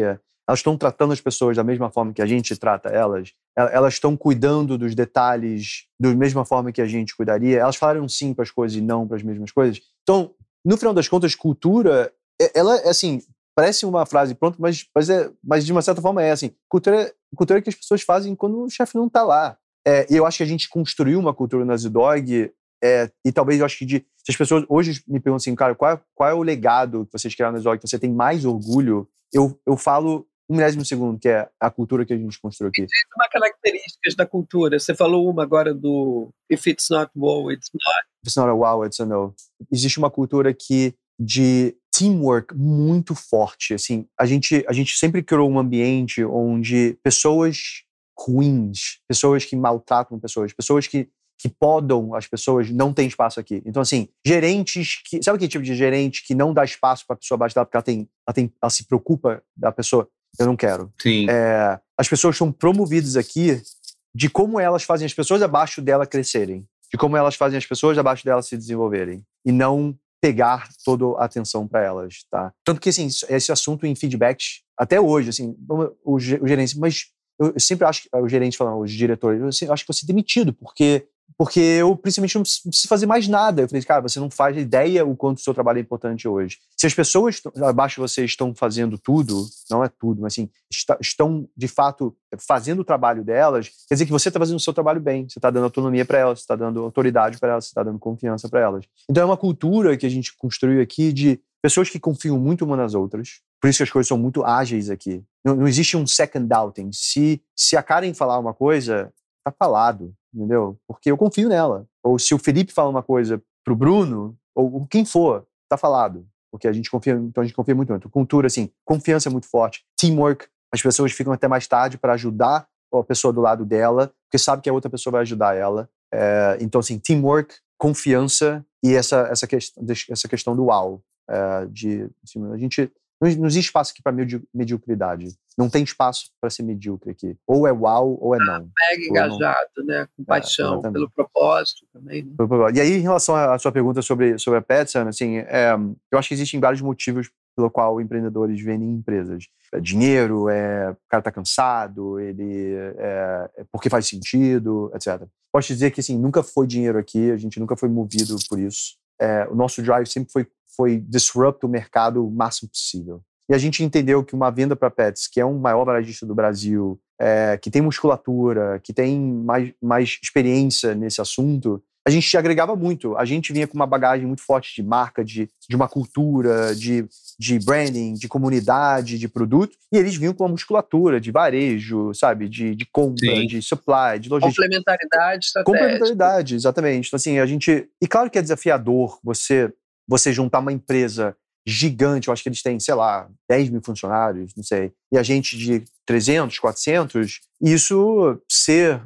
Elas estão tratando as pessoas da mesma forma que a gente trata elas? Elas estão cuidando dos detalhes da mesma forma que a gente cuidaria? Elas falaram sim para as coisas e não para as mesmas coisas? Então, no final das contas, cultura, ela é assim, parece uma frase pronta, mas, mas, é, mas de uma certa forma é assim, cultura, cultura é que as pessoas fazem quando o chefe não está lá. É, e eu acho que a gente construiu uma cultura na Z-Dog, é, e talvez eu acho que de, se as pessoas hoje me perguntam assim, cara, qual é, qual é o legado que vocês criaram na Z-Dog, que você tem mais orgulho, eu, eu falo um milésimo segundo, que é a cultura que a gente construiu aqui. Existe uma características da cultura. Você falou uma agora do If it's not wow, it's not. If it's not a wow, it's a no. Existe uma cultura que de teamwork muito forte. Assim, a gente, a gente sempre criou um ambiente onde pessoas ruins, pessoas que maltratam pessoas, pessoas que, que podam as pessoas, não tem espaço aqui. Então, assim, gerentes que... Sabe aquele tipo de gerente que não dá espaço para a pessoa abaixo dela porque ela, tem, ela, tem, ela se preocupa da pessoa? Eu não quero. Sim. É, as pessoas são promovidas aqui de como elas fazem as pessoas abaixo dela crescerem, de como elas fazem as pessoas abaixo dela se desenvolverem, e não pegar toda a atenção para elas, tá? Tanto que, assim, esse assunto em feedbacks, até hoje, assim, o, o gerente, mas eu sempre acho que, os gerentes falam, os diretores, eu acho que vou ser demitido, porque, porque eu, principalmente, não preciso fazer mais nada. Eu falei, cara, você não faz ideia o quanto o seu trabalho é importante hoje. Se as pessoas abaixo de você estão fazendo tudo, não é tudo, mas assim, está, estão, de fato, fazendo o trabalho delas, quer dizer que você está fazendo o seu trabalho bem, você está dando autonomia para elas, você está dando autoridade para elas, você está dando confiança para elas. Então é uma cultura que a gente construiu aqui de pessoas que confiam muito umas nas outras, por isso que as coisas são muito ágeis aqui. Não, não existe um second doubting. Se, se a Karen falar uma coisa, tá falado, entendeu? Porque eu confio nela. Ou se o Felipe fala uma coisa pro Bruno, ou quem for, tá falado. Porque a gente confia, então a gente confia muito muito. Cultura, assim, confiança é muito forte. Teamwork, as pessoas ficam até mais tarde para ajudar a pessoa do lado dela, porque sabe que a outra pessoa vai ajudar ela. É, então, assim, teamwork, confiança e essa, essa, questão, essa questão do wow. É, de, assim, a gente... Não existe espaço aqui para medi- mediocridade. Não tem espaço para ser medíocre aqui. Ou é uau ou é não. Mega engajado, né? Com paixão, é, pelo propósito também. Né? E aí, em relação à sua pergunta sobre, sobre a Petsan, assim, é, eu acho que existem vários motivos pelo qual empreendedores vendem empresas. É dinheiro, é, o cara está cansado, ele, é, é porque faz sentido, etcétera. Posso dizer que assim, nunca foi dinheiro aqui, a gente nunca foi movido por isso. É, o nosso drive sempre foi foi disrupt o mercado o máximo possível. E a gente entendeu que uma venda para Pets, que é um maior varejista do Brasil, é, que tem musculatura, que tem mais, mais experiência nesse assunto, a gente agregava muito. A gente vinha com uma bagagem muito forte de marca, de, de uma cultura, de, de branding, de comunidade, de produto, e eles vinham com uma musculatura de varejo, sabe, de, de compra, Sim. de supply, de logística. Complementaridade estratégica. Complementaridade, exatamente. Então, assim, a gente... E claro que é desafiador você... você juntar uma empresa gigante, eu acho que eles têm, sei lá, dez mil funcionários, não sei, e a gente de trezentos, quatrocentos, isso ser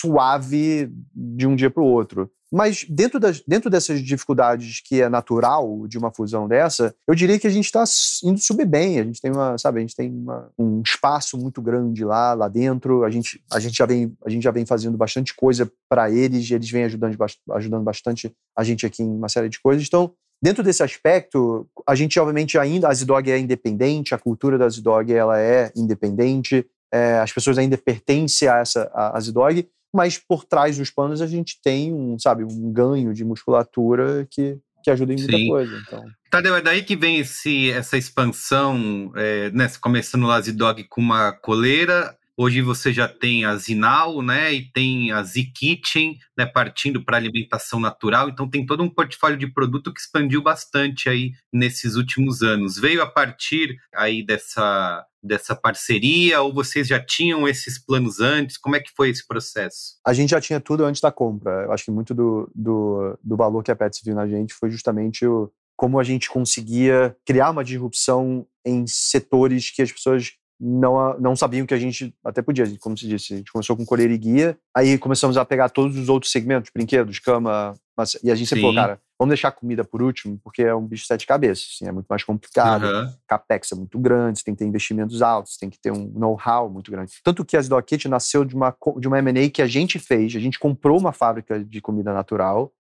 suave de um dia para o outro. Mas dentro, das, dentro dessas dificuldades que é natural de uma fusão dessa, eu diria que a gente está indo subir bem, a gente tem, uma, sabe, a gente tem uma, um espaço muito grande lá, lá dentro, a gente, a gente, já, vem, a gente já vem fazendo bastante coisa para eles, e eles vêm ajudando, ajudando bastante a gente aqui em uma série de coisas, então dentro desse aspecto, a gente obviamente ainda, a Z-Dog é independente, a cultura da Z-Dog ela é independente, é, as pessoas ainda pertencem a essa a, a Z-Dog, mas por trás dos panos a gente tem um, sabe, um ganho de musculatura que, que ajuda em muita Sim. coisa. Então. Tadeu, é daí que vem esse, essa expansão, é, né, começando lá a Z-Dog com uma coleira. Hoje você já tem a Zinal, né, e tem a Z-Kitchen, né, partindo para alimentação natural. Então tem todo um portfólio de produto que expandiu bastante aí nesses últimos anos. Veio a partir aí dessa, dessa parceria ou vocês já tinham esses planos antes? Como é que foi esse processo? A gente já tinha tudo antes da compra. Eu acho que muito do, do, do valor que a Pets viu na gente foi justamente o, como a gente conseguia criar uma disrupção em setores que as pessoas não, não sabiam que a gente até podia, como se disse, a gente começou com coleira e guia, aí começamos a pegar todos os outros segmentos, brinquedos, cama, mas, e a gente sempre falou, cara, vamos deixar a comida por último, porque é um bicho de sete cabeças, assim, é muito mais complicado, uhum. Capex é muito grande, você tem que ter investimentos altos, você tem que ter um know-how muito grande. Tanto que a Z-Dog Kitchen nasceu de uma, de uma M and A que a gente fez, a gente comprou uma fábrica de comida natural,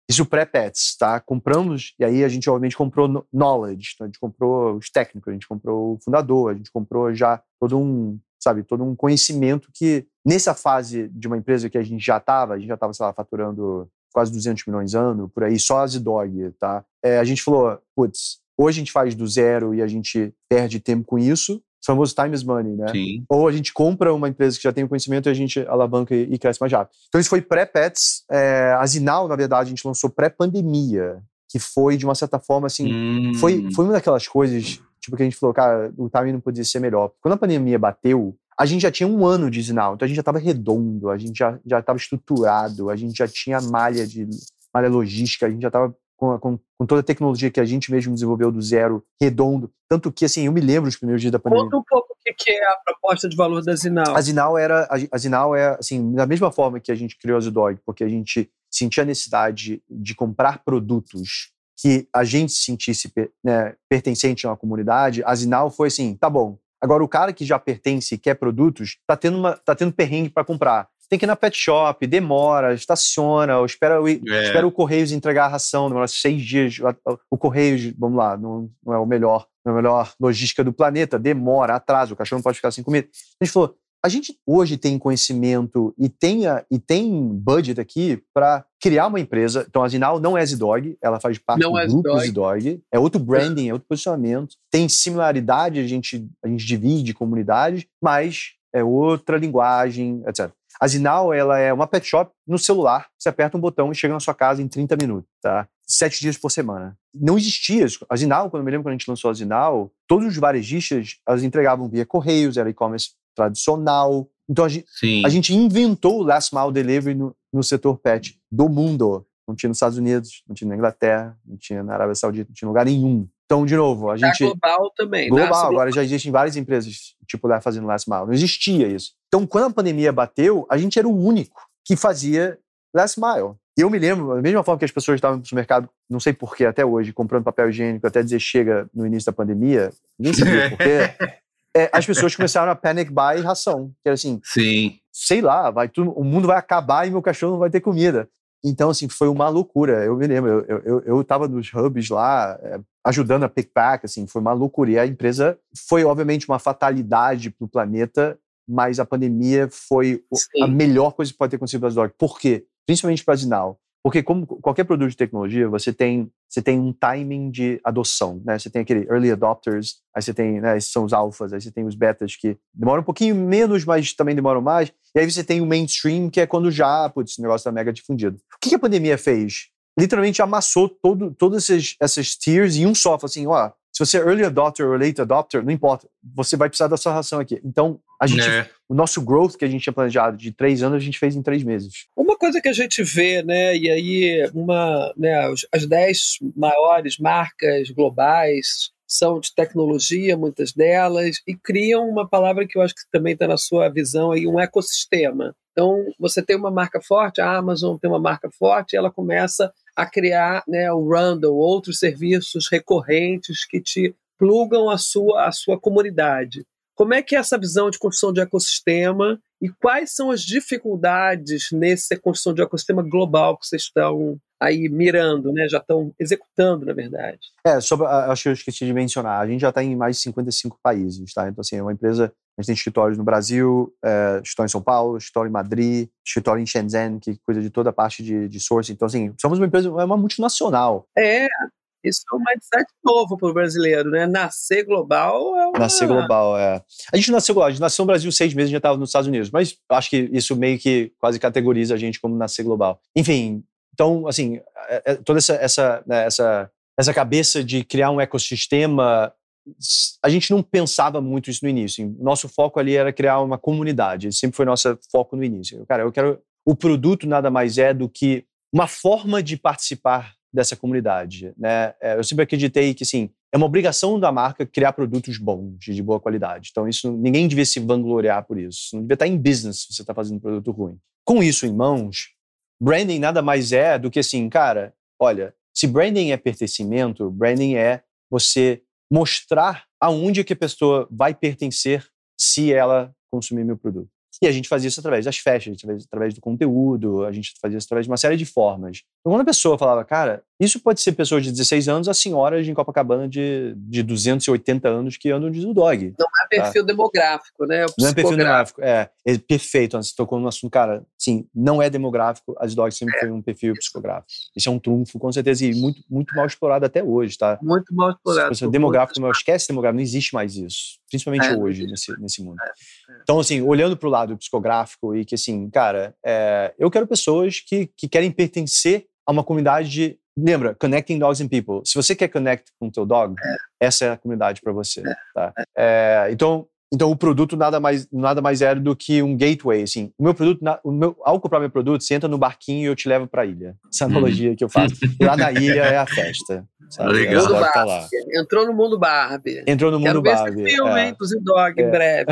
Isso pré-Pets, tá? Compramos, e aí a gente obviamente comprou knowledge, então a gente comprou os técnicos, a gente comprou o fundador, a gente comprou já todo um, sabe, todo um conhecimento que nessa fase de uma empresa que a gente já estava, a gente já estava, sei lá, faturando quase duzentos milhões ano, por aí, só a Zidog, tá? É, a gente falou, putz, ou a gente faz do zero e a gente perde tempo com isso, o famoso time is money, né? Sim. Ou a gente compra uma empresa que já tem o conhecimento e a gente alavanca e, e cresce mais rápido. Então isso foi pré-Pets. É, a Zinal, na verdade, a gente lançou pré-pandemia, que foi, de uma certa forma, assim, Hum. foi, foi uma daquelas coisas, tipo, que a gente falou, cara, o timing não podia ser melhor. Quando a pandemia bateu, a gente já tinha um ano de Zinal, então a gente já estava redondo, a gente já já estava estruturado, a gente já tinha malha de malha logística, a gente já estava com, com, com toda a tecnologia que a gente mesmo desenvolveu do zero, redondo. Tanto que, assim, eu me lembro dos primeiros dias da pandemia. Conta um pouco o que é a proposta de valor da Zinal. A Zinal era, a Zinal é, assim, da mesma forma que a gente criou a Zidog, porque a gente sentia a necessidade de comprar produtos que a gente se sentisse, né, pertencente a uma comunidade. A Zinal foi assim, tá bom, agora o cara que já pertence e quer produtos, tá tendo, uma, tá tendo perrengue para comprar. Tem que ir na pet shop, demora, estaciona, ou espera, o, é. espera o Correios entregar a ração, demora seis dias. O Correios, vamos lá, não, não é o melhor, não é a melhor logística do planeta, demora, atrasa, o cachorro não pode ficar sem comida. A gente falou, a gente hoje tem conhecimento e tem, a, e tem budget aqui para criar uma empresa. Então a Zinal não é Zidog, ela faz parte não do é grupo Zidog. Zidog, é outro branding, é outro posicionamento, tem similaridade, a gente, a gente divide comunidades, mas é outra linguagem, etcétera. A Zinal, ela é uma pet shop no celular. Você aperta um botão e chega na sua casa em trinta minutos, tá? Sete dias por semana. Não existia isso. A Zinal, quando eu me lembro quando a gente lançou a Zinal, todos os varejistas, elas entregavam via Correios, era e-commerce tradicional. Então a gente, a gente inventou o last mile delivery no, no setor pet do mundo. Não tinha nos Estados Unidos, não tinha na Inglaterra, não tinha na Arábia Saudita, não tinha em lugar nenhum. Então, de novo, a gente... É global também. Global, agora já existem várias empresas, tipo, lá fazendo last mile. Não existia isso. Então, quando a pandemia bateu, a gente era o único que fazia last mile. E eu me lembro, da mesma forma que as pessoas estavam no supermercado, não sei porquê até hoje, comprando papel higiênico até dizer chega no início da pandemia, ninguém sabia porquê, é, as pessoas começaram a panic buy ração. Que era assim, sim, sei lá, vai tudo, o mundo vai acabar e meu cachorro não vai ter comida. Então, assim, foi uma loucura. Eu me lembro, eu, eu, eu tava nos hubs lá, é, ajudando a pick-pack, assim, foi uma loucura. E a empresa foi, obviamente, uma fatalidade para o planeta, mas a pandemia foi Sim. a melhor coisa que pode ter acontecido para a Zidog. Por quê? Principalmente para a Zinal. Porque como qualquer produto de tecnologia, você tem, você tem um timing de adoção, né? Você tem aquele early adopters, aí você tem, né, esses são os alphas, aí você tem os betas que demoram um pouquinho menos, mas também demoram mais. E aí você tem o mainstream, que é quando já, putz, o negócio está mega difundido. O que a pandemia fez? Literalmente amassou todo, todas essas, essas tiers em um só. Falou assim, ó, se você é early adopter ou late adopter, não importa, você vai precisar da sua ração aqui. Então, a gente, é. o nosso growth que a gente tinha planejado de três anos, a gente fez em três meses. Uma coisa que a gente vê, né, e aí uma, né, as dez maiores marcas globais são de tecnologia, muitas delas, e criam uma palavra que eu acho que também está na sua visão aí, um ecossistema. Então, você tem uma marca forte, a Amazon tem uma marca forte, e ela começa a criar, né, o Randall, outros serviços recorrentes que te plugam a sua, a sua comunidade. Como é que é essa visão de construção de ecossistema e quais são as dificuldades nessa construção de ecossistema global que vocês estão aí mirando, né? Já estão executando, na verdade? É, sobre, acho que eu esqueci de mencionar, a gente já está em mais de cinquenta e cinco países, tá? Então, assim, é uma empresa, a gente tem escritórios no Brasil, é, escritório em São Paulo, escritório em Madrid, escritório em Shenzhen, que cuida de toda a parte de, de sourcing. Então, assim, somos uma empresa, é uma multinacional. É, isso é um mindset novo para o brasileiro, né? Nascer global é uma... Nascer global, é. A gente nasceu global, a gente nasceu no Brasil seis meses e já estava nos Estados Unidos, mas acho que isso meio que quase categoriza a gente como nascer global. Enfim, então, assim, é, é, toda essa, essa, né, essa, essa cabeça de criar um ecossistema, a gente não pensava muito isso no início. Nosso foco ali era criar uma comunidade, sempre foi nosso foco no início. Cara, eu quero... O produto nada mais é do que uma forma de participar dessa comunidade, né? Eu sempre acreditei que, assim, é uma obrigação da marca criar produtos bons, de boa qualidade. Então, isso, ninguém devia se vangloriar por isso. Não devia estar em business se você está fazendo um produto ruim. Com isso em mãos, branding nada mais é do que, assim, cara, olha, se branding é pertencimento, branding é você mostrar aonde que a pessoa vai pertencer se ela consumir meu produto. E a gente fazia isso através das festas, a gente fazia isso através do conteúdo, a gente fazia isso através de uma série de formas. Então, quando a pessoa falava, cara, isso pode ser pessoas de dezesseis anos a senhoras em Copacabana de, de duzentos e oitenta anos que andam de Zulldog. Não é perfil tá? demográfico, né? É não é perfil demográfico, é, é perfeito. Você tocou no assunto, cara, sim, não é demográfico, a Zulldog sempre é. foi um perfil psicográfico. Isso é um trunfo, com certeza, e muito, muito mal explorado até hoje, tá? Muito mal explorado. Se demográfico, não esquece demográfico, não existe mais isso, principalmente é, hoje, nesse, nesse mundo. É, é. Então, assim, olhando pro lado psicográfico e que, assim, cara, é, eu quero pessoas que, que querem pertencer a uma comunidade de, lembra, connecting dogs and people. Se você quer connect com o teu dog, é. essa é a comunidade para você, tá? É, então, então, o produto nada mais, nada mais é do que um gateway, assim. O meu produto, o meu, ao comprar meu produto, você entra no barquinho e eu te levo pra ilha. Essa analogia hum. que eu faço. E lá na ilha é a festa. Sabe? Legal. Mundo tá lá. Entrou no mundo Barbie. Entrou no mundo Quero Barbie. Ver esse filme, é. hein, do Zulldog, é. em breve.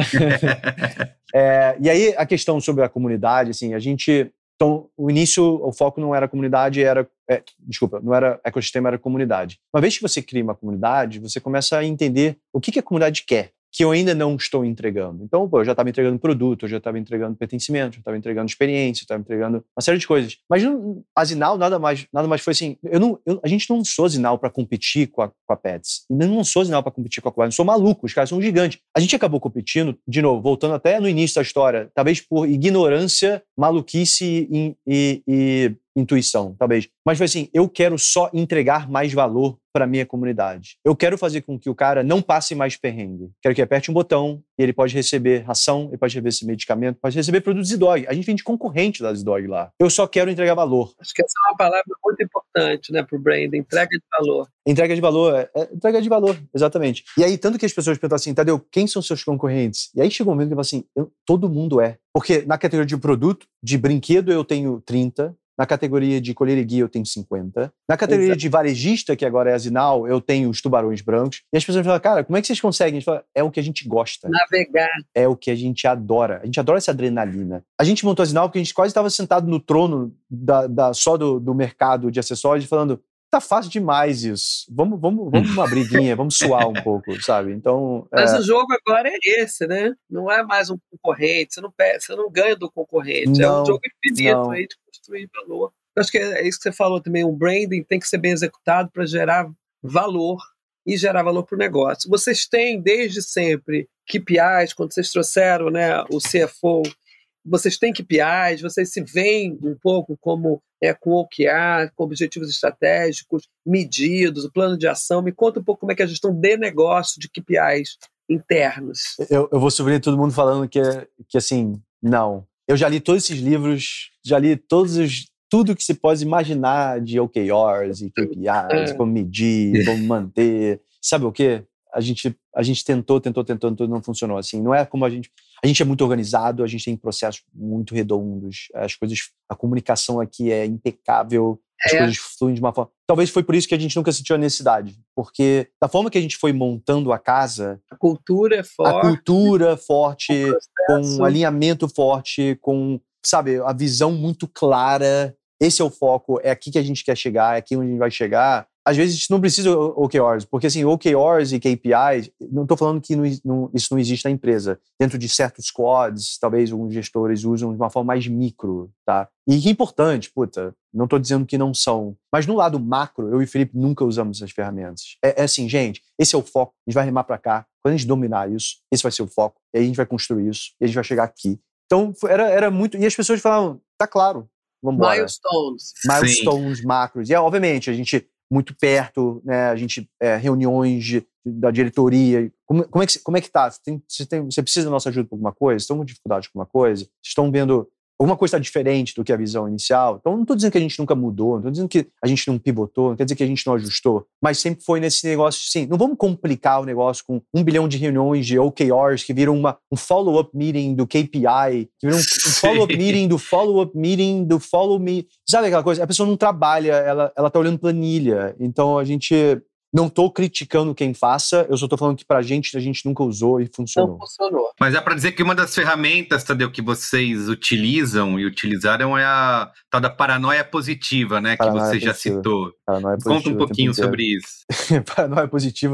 é, e aí, a questão sobre a comunidade, assim, a gente... Então, o início, o foco não era comunidade, era... É, desculpa, não era ecossistema, era comunidade. Uma vez que você cria uma comunidade, você começa a entender o que, que a comunidade quer, que eu ainda não estou entregando. Então, pô, eu já estava entregando produto, eu já estava entregando pertencimento, eu estava entregando experiência, eu estava entregando uma série de coisas. Mas não, a Zinal nada mais, nada mais foi assim... Eu não, eu, a gente não lançou a Zinal para competir com a, com a Pets. E não lançou a Zinal para competir com a Covarde. Não sou maluco, os caras são gigantes. A gente acabou competindo, de novo, voltando até no início da história, talvez por ignorância, maluquice e, e, e intuição, talvez. Mas foi assim, eu quero só entregar mais valor para minha comunidade. Eu quero fazer com que o cara não passe mais perrengue. Quero que aperte um botão e ele pode receber ração, ele pode receber medicamento, pode receber produtos Zulldog. A gente vende concorrente da Zulldog lá. Eu só quero entregar valor. Acho que essa é uma palavra muito importante, né, pro brand, entrega de valor. Entrega de valor, é, é, entrega de valor, exatamente. E aí, tanto que as pessoas perguntam assim, Tadeu, quem são seus concorrentes? E aí chega um momento que eu falo assim, eu, todo mundo é. Porque na categoria de produto, de brinquedo eu tenho trinta, na categoria de colher e guia eu tenho cinquenta. Na categoria Exato. de varejista, que agora é a Zinal, eu tenho os tubarões brancos. E as pessoas falam, cara, como é que vocês conseguem? A gente fala, é o que a gente gosta. Navegar. É o que a gente adora. A gente adora essa adrenalina. A gente montou a Zinal porque a gente quase estava sentado no trono da, da, só do, do mercado de acessórios falando, tá fácil demais isso. Vamos, vamos, vamos uma briguinha, vamos suar um pouco, sabe? Então, Mas é... o jogo agora é esse, né? Não é mais um concorrente, você não, você não ganha do concorrente. Não, é um jogo infinito aí de construir valor. Eu acho que é isso que você falou também, o branding tem que ser bem executado para gerar valor e gerar valor para o negócio. Vocês têm desde sempre K P Is, quando vocês trouxeram, né, o C F O, vocês têm K P Is, vocês se veem um pouco como é, com O K R, com objetivos estratégicos, medidos, o plano de ação. Me conta um pouco como é que é a gestão de negócio de K P Is internos. Eu, eu vou subir todo mundo falando que, que assim, não. Eu já li todos esses livros, já li todos os tudo que se pode imaginar de O K Rs e K P Is, como medir, como manter. Sabe o quê? A gente, a gente tentou, tentou, tentou, tentou, não funcionou assim. Não é como a gente... A gente é muito organizado, a gente tem processos muito redondos, as coisas... A comunicação aqui é impecável, as é. coisas fluem de uma forma... Talvez foi por isso que a gente nunca sentiu a necessidade, porque da forma que a gente foi montando a casa... A cultura é forte. A cultura forte, com um alinhamento forte, com, sabe, a visão muito clara... Esse é o foco, é aqui que a gente quer chegar, é aqui onde a gente vai chegar. Às vezes a gente não precisa de O K Rs, porque assim, O K Rs e K P Is, não estou falando que não, não, isso não existe na empresa. Dentro de certos squads, talvez alguns gestores usam de uma forma mais micro, tá? E que é importante, puta, não estou dizendo que não são. Mas no lado macro, eu e o Felipe nunca usamos essas ferramentas. É, é assim, gente, esse é o foco, a gente vai remar para cá. Quando a gente dominar isso, esse vai ser o foco, e aí a gente vai construir isso, e a gente vai chegar aqui. Então, era, era muito... E as pessoas falavam, tá claro, vambora. Milestones. Milestones, Sim. macros. E, obviamente, a gente muito perto, né? A gente, é, reuniões de, da diretoria. Como, como, é que, como é que tá? Você, tem, você, tem, você precisa da nossa ajuda com alguma coisa? Vocês estão com dificuldade com alguma coisa? Vocês estão vendo... Alguma coisa está diferente do que a visão inicial. Então, não estou dizendo que a gente nunca mudou, não estou dizendo que a gente não pivotou, não quer dizer que a gente não ajustou, mas sempre foi nesse negócio, sim, não vamos complicar o negócio com um bilhão de reuniões de O K Rs que viram uma, um follow-up meeting do K P I, que viram um, um follow-up meeting do follow-up meeting do follow-me. Sabe aquela coisa? A pessoa não trabalha, ela, ela tá olhando planilha. Então, a gente... Não estou criticando quem faça, eu só estou falando que pra gente, a gente nunca usou e funcionou. Não funcionou. Mas é para dizer que uma das ferramentas, Tadeu, que vocês utilizam e utilizaram é a tal da paranoia positiva, né? Paranoia que você positiva. já citou. Paranoia Conta um pouquinho sobre isso. Paranoia positiva é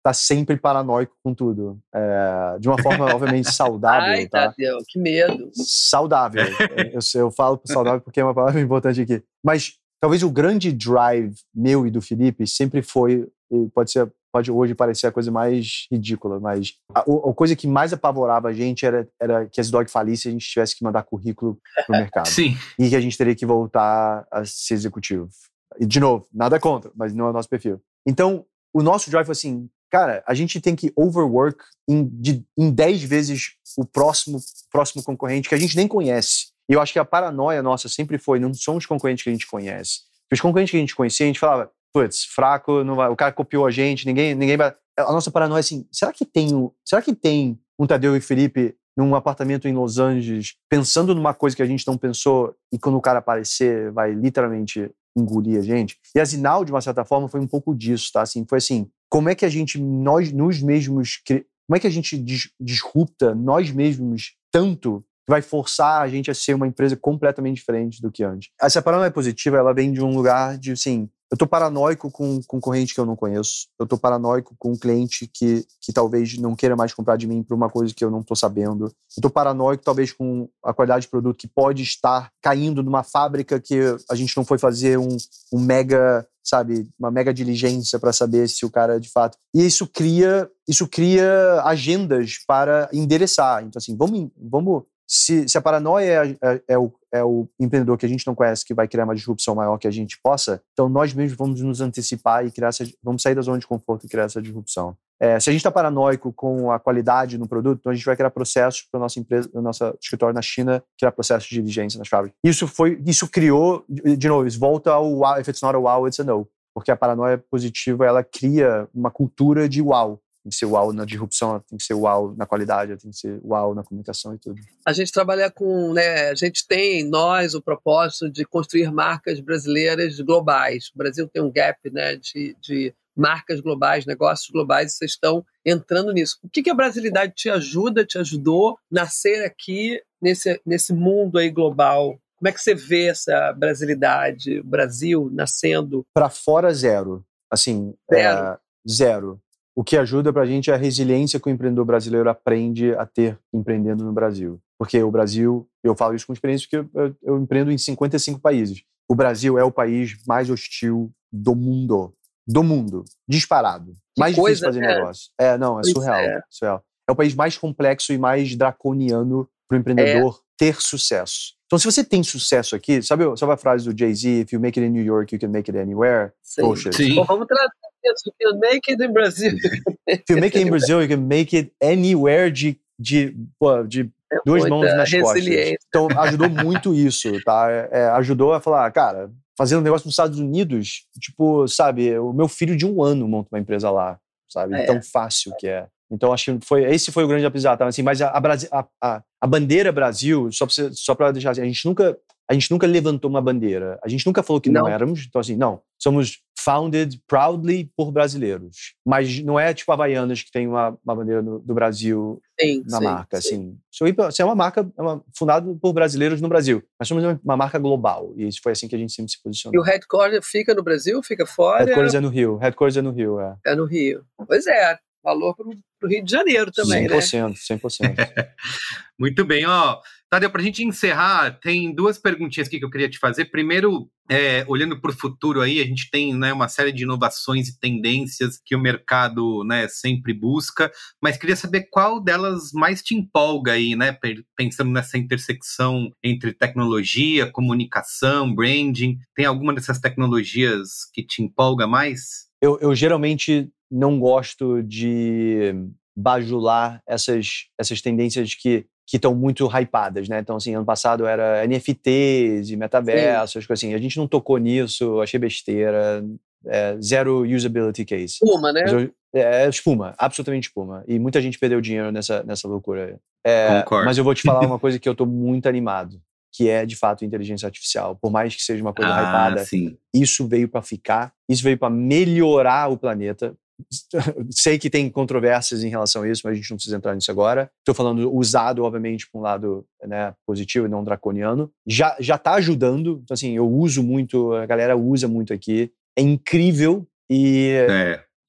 tá sempre paranoico com tudo. É, de uma forma, obviamente, saudável. Ai, tá? Tadeu, que medo. Saudável. eu, eu falo saudável porque é uma palavra importante aqui. Mas talvez o grande drive meu e do Felipe sempre foi, pode ser, pode hoje parecer a coisa mais ridícula, mas a, a coisa que mais apavorava a gente era, era que as dog falissem e a gente tivesse que mandar currículo pro mercado. Sim. E que a gente teria que voltar a ser executivo. E, de novo, nada contra, mas não é o nosso perfil. Então, o nosso drive foi assim, cara, a gente tem que overwork em, de, em dez vezes o próximo, próximo concorrente que a gente nem conhece. E eu acho que a paranoia nossa sempre foi, não são os concorrentes que a gente conhece. Os concorrentes que a gente conhecia, a gente falava, putz, fraco, não vai, o cara copiou a gente, ninguém, ninguém vai... A nossa paranoia é assim, será que tem, será que tem um Tadeu e Felipe num apartamento em Los Angeles, pensando numa coisa que a gente não pensou e quando o cara aparecer, vai literalmente engolir a gente? E a Zinal, de uma certa forma, foi um pouco disso, tá? Assim, foi assim, como é que a gente, nós, nos mesmos, como é que a gente dis, disrupta nós mesmos tanto que vai forçar a gente a ser uma empresa completamente diferente do que antes? Essa paranoia positiva, ela vem de um lugar de, assim, eu tô paranoico com um concorrente que eu não conheço, eu tô paranoico com um cliente que, que talvez não queira mais comprar de mim por uma coisa que eu não tô sabendo, eu tô paranoico talvez com a qualidade de produto que pode estar caindo numa fábrica que a gente não foi fazer um, um mega, sabe, uma mega diligência para saber se o cara de fato... E isso cria, isso cria agendas para endereçar. Então assim, vamos... vamos Se, se a paranoia é, é, é, o, é o empreendedor que a gente não conhece, que vai criar uma disrupção maior que a gente possa, então nós mesmos vamos nos antecipar e criar essa, vamos sair da zona de conforto e criar essa disrupção. É, se a gente está paranoico com a qualidade no produto, então a gente vai criar processos para a nossa empresa, o nosso escritório na China, criar processos de diligência nas fábricas. Isso, foi, isso criou, de novo, isso volta ao wow, if it's not a wow, it's a no. Porque a paranoia positiva, ela cria uma cultura de wow. Tem que ser uau na disrupção, tem que ser uau na qualidade, tem que ser uau na comunicação e tudo. A gente trabalha com, né, a gente tem, nós, o propósito de construir marcas brasileiras globais. O Brasil tem um gap, né, de, de marcas globais, negócios globais, e vocês estão entrando nisso. O que, que a brasilidade te ajuda, te ajudou a nascer aqui nesse, nesse mundo aí global? Como é que você vê essa brasilidade, o Brasil nascendo? Para fora, zero. Assim, zero. É, zero. O que ajuda pra gente é a resiliência que o empreendedor brasileiro aprende a ter empreendendo no Brasil. Porque o Brasil, eu falo isso com experiência porque eu, eu, eu empreendo em cinquenta e cinco países. O Brasil é o país mais hostil do mundo. Do mundo. Disparado. Que mais coisa, difícil fazer né? negócio. É, não, é surreal, é. surreal. É o país mais complexo e mais draconiano pro empreendedor é. ter sucesso. Então, se você tem sucesso aqui, sabe, sabe a frase do Jay-Z? If you make it in New York, you can make it anywhere? Sim. Poxa. Sim. Bom, vamos trazer isso. You can make it in Brazil. If you make it in Brazil, you can make it anywhere de, de, pô, de é duas mãos nas costas. Então, ajudou muito isso, tá? É, ajudou a falar, cara, fazendo um negócio nos Estados Unidos, tipo, sabe, o meu filho de um ano monta uma empresa lá, sabe? É. Tão fácil que é. Então, acho que foi, esse foi o grande aprendizado, tá? Assim, mas a, a, a, a bandeira Brasil, só pra, só pra deixar assim, a gente nunca... A gente nunca levantou uma bandeira. A gente nunca falou que não, não éramos. Então, assim, não. Somos founded proudly por brasileiros. Mas não é tipo Havaianas que tem uma, uma bandeira do, do Brasil sim, na sim, marca. Sim. Assim. Isso é uma marca é uma, fundada por brasileiros no Brasil. Mas somos uma, uma marca global. E isso foi assim que a gente sempre se posicionou. E o headquarter fica no Brasil? Fica fora? Headquarters é no Rio. Headquarters é no Rio, é. É no Rio. Pois é. Valor para o Rio de Janeiro também, cem por cento, né? cem por cento. Muito bem, ó. Tadeu, para a gente encerrar, tem duas perguntinhas aqui que eu queria te fazer. Primeiro, é, olhando para o futuro aí, a gente tem, né, uma série de inovações e tendências que o mercado, né, sempre busca, mas queria saber qual delas mais te empolga aí, né, pensando nessa intersecção entre tecnologia, comunicação, branding. Tem alguma dessas tecnologias que te empolga mais? Eu, eu geralmente não gosto de bajular essas, essas tendências que que estão muito hypadas, né? Então, assim, ano passado era N F Ts e metaverso, as coisas assim. A gente não tocou nisso, achei besteira. É, zero usability case. Espuma, né? Eu, é, espuma, absolutamente espuma. E muita gente perdeu dinheiro nessa, nessa loucura. É, Concordo. Mas eu vou te falar uma coisa que eu tô muito animado, que é, de fato, inteligência artificial. Por mais que seja uma coisa ah, hypada, sim. isso veio para ficar, isso veio para melhorar o planeta. Sei que tem controvérsias em relação a isso, mas a gente não precisa entrar nisso agora. Estou falando usado, obviamente, para um lado, né, positivo e não draconiano. Já, já tá ajudando. Então, assim, eu uso muito, a galera usa muito aqui. É incrível e é,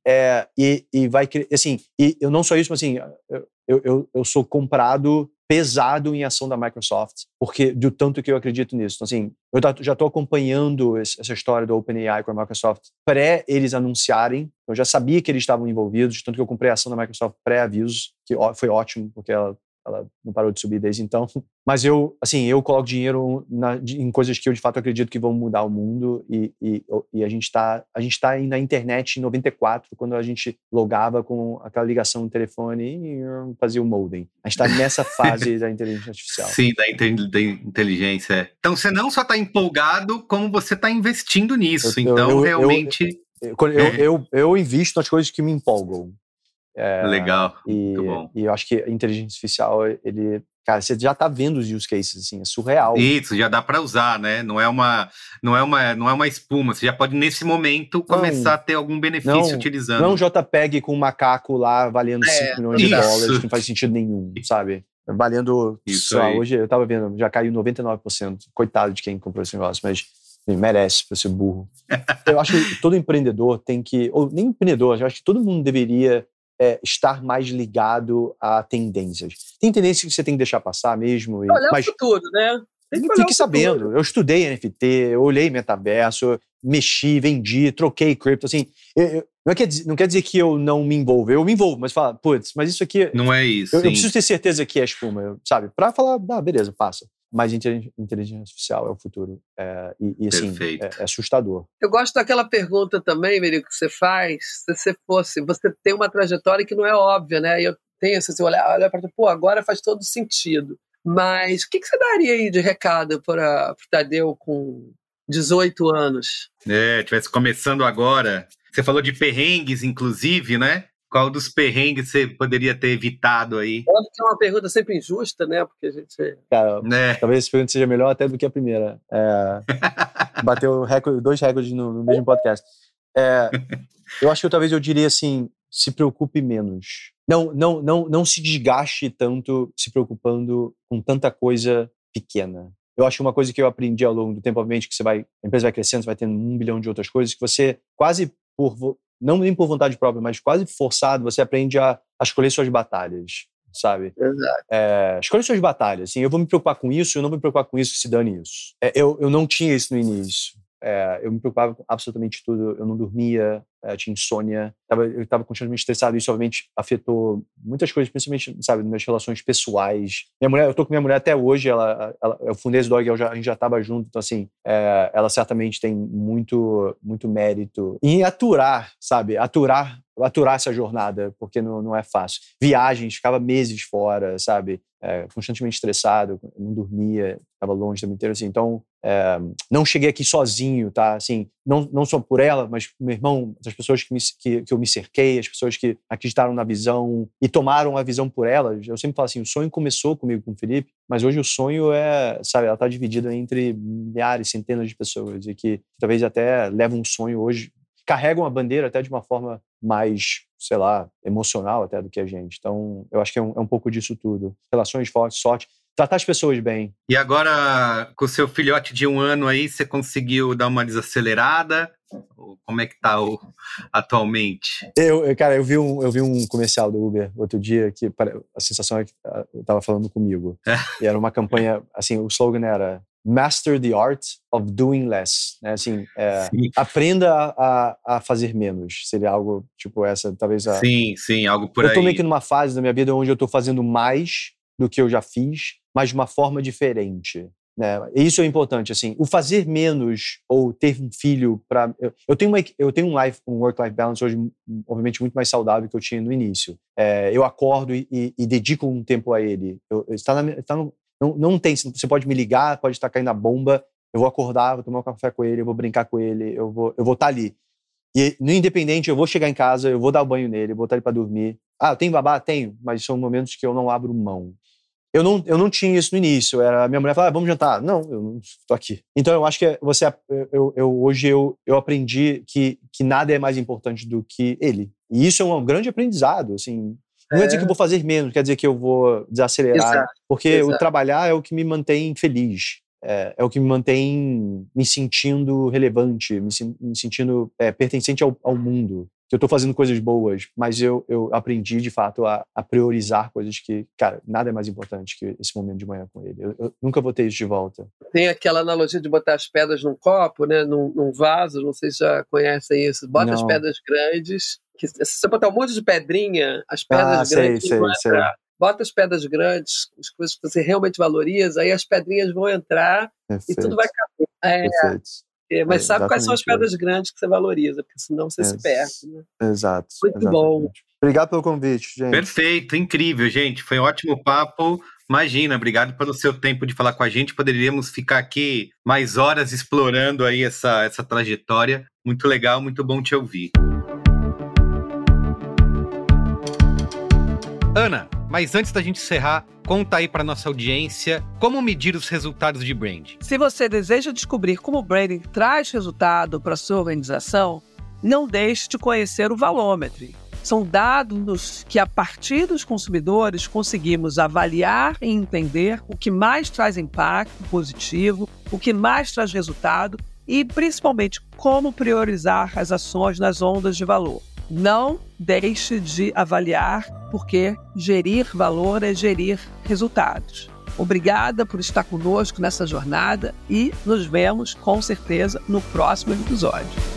é, e, e vai, assim, e eu não só isso, mas assim, eu, eu, eu sou comprado pesado em ação da Microsoft, porque do tanto que eu acredito nisso. Então, assim, eu já estou acompanhando essa história do OpenAI com a Microsoft pré eles anunciarem. Eu já sabia que eles estavam envolvidos, tanto que eu comprei a ação da Microsoft pré-aviso, que foi ótimo, porque ela, ela não parou de subir desde então. Mas eu, assim, eu coloco dinheiro na, em coisas que eu de fato acredito que vão mudar o mundo, e, e, e a gente está a gente tá na internet em noventa e quatro, quando a gente logava com aquela ligação no telefone e fazia o modem. A gente está nessa fase da inteligência artificial. Sim, da, inte- da inteligência. Então você não só está empolgado, como você está investindo nisso. Eu, então eu, realmente... Eu, eu, eu, eu, eu invisto nas coisas que me empolgam. É, Legal, e, muito bom. E eu acho que a inteligência artificial, ele... Cara, você já tá vendo os use cases, assim, é surreal. Isso, já dá para usar, né? Não é uma, não é uma, não é uma espuma. Você já pode, nesse momento, começar não, a ter algum benefício não, utilizando. Não é um JPEG com um macaco lá valendo é, cinco milhões de isso. dólares, que não faz sentido nenhum, sabe? Valendo, isso só, aí. Hoje eu tava vendo, já caiu noventa e nove por cento. Coitado de quem comprou esse negócio, mas merece pra ser burro. Eu acho que todo empreendedor tem que, ou nem empreendedor, eu acho que todo mundo deveria É, estar mais ligado a tendências. Tem tendências que você tem que deixar passar mesmo. E, olhar mas o futuro, né? Tem que, Fique sabendo. Eu estudei N F T, eu olhei metaverso, mexi, vendi, troquei cripto. Assim, eu, eu, não, quer dizer, não quer dizer que eu não me envolvo. Eu me envolvo, mas fala, putz, mas isso aqui... Não é isso, Eu, eu preciso ter certeza que é espuma, eu, sabe? Pra falar, ah, beleza, passa. Mas inteligência artificial é o futuro. É, e, e assim, é, é assustador. Eu gosto daquela pergunta também, Merico, que você faz. Se você fosse, você tem uma trajetória que não é óbvia, né? E eu tenho, se você olhar, olhar para pô, agora faz todo sentido. Mas o que, que você daria aí de recado para o Tadeu com dezoito anos? É, tivesse começando agora. Você falou de perrengues, inclusive, né? Qual dos perrengues você poderia ter evitado aí? Óbvio que é uma pergunta sempre injusta, né? Porque a gente... Cara, é. talvez essa pergunta seja melhor até do que a primeira. É, bateu recorde, dois recordes no, no mesmo podcast. É, eu acho que eu, talvez eu diria assim, se preocupe menos. Não, não, não, não se desgaste tanto se preocupando com tanta coisa pequena. Eu acho que uma coisa que eu aprendi ao longo do tempo, obviamente, que você vai, a empresa vai crescendo, você vai tendo um bilhão de outras coisas, que você quase por... não nem por vontade própria, mas quase forçado, você aprende a, a escolher suas batalhas, sabe? Exato. É, escolher suas batalhas. Assim, eu vou me preocupar com isso, eu não vou me preocupar com isso, se dane isso. É, eu, eu não tinha isso no início. É, eu me preocupava com absolutamente tudo. Eu não dormia, é, tinha insônia. Tava, eu estava continuamente estressado. Isso, obviamente, afetou muitas coisas, principalmente, sabe, nas minhas relações pessoais. Minha mulher, eu tô com minha mulher até hoje. Ela, ela, eu fundei esse dog, eu já, a gente já estava junto. Então, assim, é, ela certamente tem muito, muito mérito em aturar, sabe? Aturar, aturar essa jornada, porque não, não é fácil. Viagens, ficava meses fora, sabe? É, constantemente estressado, não dormia, estava longe do inteiro, assim. Então, é, não cheguei aqui sozinho, tá? Assim, não, não só por ela, mas meu irmão, as pessoas que, me, que, que eu me cerquei, as pessoas que acreditaram na visão e tomaram a visão por elas. Eu sempre falo assim, o sonho começou comigo, com o Felipe, mas hoje o sonho é, sabe, ela está dividida entre milhares, centenas de pessoas e que talvez até levam um sonho hoje, carregam a bandeira até de uma forma mais, sei lá, emocional até do que a gente. Então, eu acho que é um, é um pouco disso tudo. Relações fortes, sorte, tratar as pessoas bem. E agora, com o seu filhote de um ano aí, você conseguiu dar uma desacelerada? Como é que tá o, atualmente? Eu, cara, eu vi, um, eu vi um comercial do Uber outro dia que a sensação é que eu tava falando comigo. É. E era uma campanha, assim, o slogan era Master the Art of Doing Less, né? Assim, é, aprenda a, a fazer menos. Seria algo tipo essa, talvez. A... Sim, sim, algo por eu aí. Eu tô meio que numa fase da minha vida onde eu tô fazendo mais do que eu já fiz, mas de uma forma diferente, né? E isso é importante, assim. O fazer menos ou ter um filho para eu, eu tenho uma, eu tenho um life, um work-life balance hoje, obviamente muito mais saudável que eu tinha no início. É, eu acordo e, e, e dedico um tempo a ele. Eu, eu, está na, está no, Não, não tem, você pode me ligar, pode estar caindo a bomba, eu vou acordar, vou tomar um café com ele, eu vou brincar com ele, eu vou, eu vou estar ali. E no independente, eu vou chegar em casa, eu vou dar o banho nele, eu vou estar ali para dormir. Ah, eu tenho babá? Tenho, mas são momentos que eu não abro mão. Eu não, eu não tinha isso no início, era, a minha mulher falava, ah, vamos jantar. Não, eu não estou aqui. Então eu acho que você, eu, eu, hoje eu, eu aprendi que, que nada é mais importante do que ele. E isso é um grande aprendizado, assim. Não é. Quer dizer que eu vou fazer menos, quer dizer que eu vou desacelerar. Exato, porque exato. O trabalhar é o que me mantém feliz. É, é o que me mantém me sentindo relevante, me, me sentindo é, pertencente ao, ao mundo. que eu tô fazendo coisas boas, mas eu, eu aprendi, de fato, a, a priorizar coisas que, cara, nada é mais importante que esse momento de manhã com ele. Eu, eu nunca vou ter isso de volta. Tem aquela analogia de botar as pedras num copo, né, num, num vaso, não sei se já conhecem isso. Bota não. as pedras grandes, que, se você botar um monte de pedrinha, as pedras ah, grandes sei, vão sei, entrar. Sei. Bota as pedras grandes, as coisas que você realmente valoriza, aí as pedrinhas vão entrar Perfeito. E tudo vai caber. É, Perfeito. É, mas é, sabe quais são as pedras é. grandes que você valoriza, porque senão você é, se perde. Né? Exato. Muito exatamente. bom. Obrigado pelo convite, gente. Perfeito, incrível, gente. Foi um ótimo papo. Imagina, obrigado pelo seu tempo de falar com a gente. Poderíamos ficar aqui mais horas explorando aí essa, essa trajetória. Muito legal, muito bom te ouvir. Ana, mas antes da gente encerrar, conta aí para nossa audiência como medir os resultados de brand. Se você deseja descobrir como o branding traz resultado para a sua organização, não deixe de conhecer o Valômetro. São dados que, a partir dos consumidores, conseguimos avaliar e entender o que mais traz impacto positivo, o que mais traz resultado e, principalmente, como priorizar as ações nas ondas de valor. Não deixe de avaliar, porque gerir valor é gerir resultados. Obrigada por estar conosco nessa jornada e nos vemos, com certeza, no próximo episódio.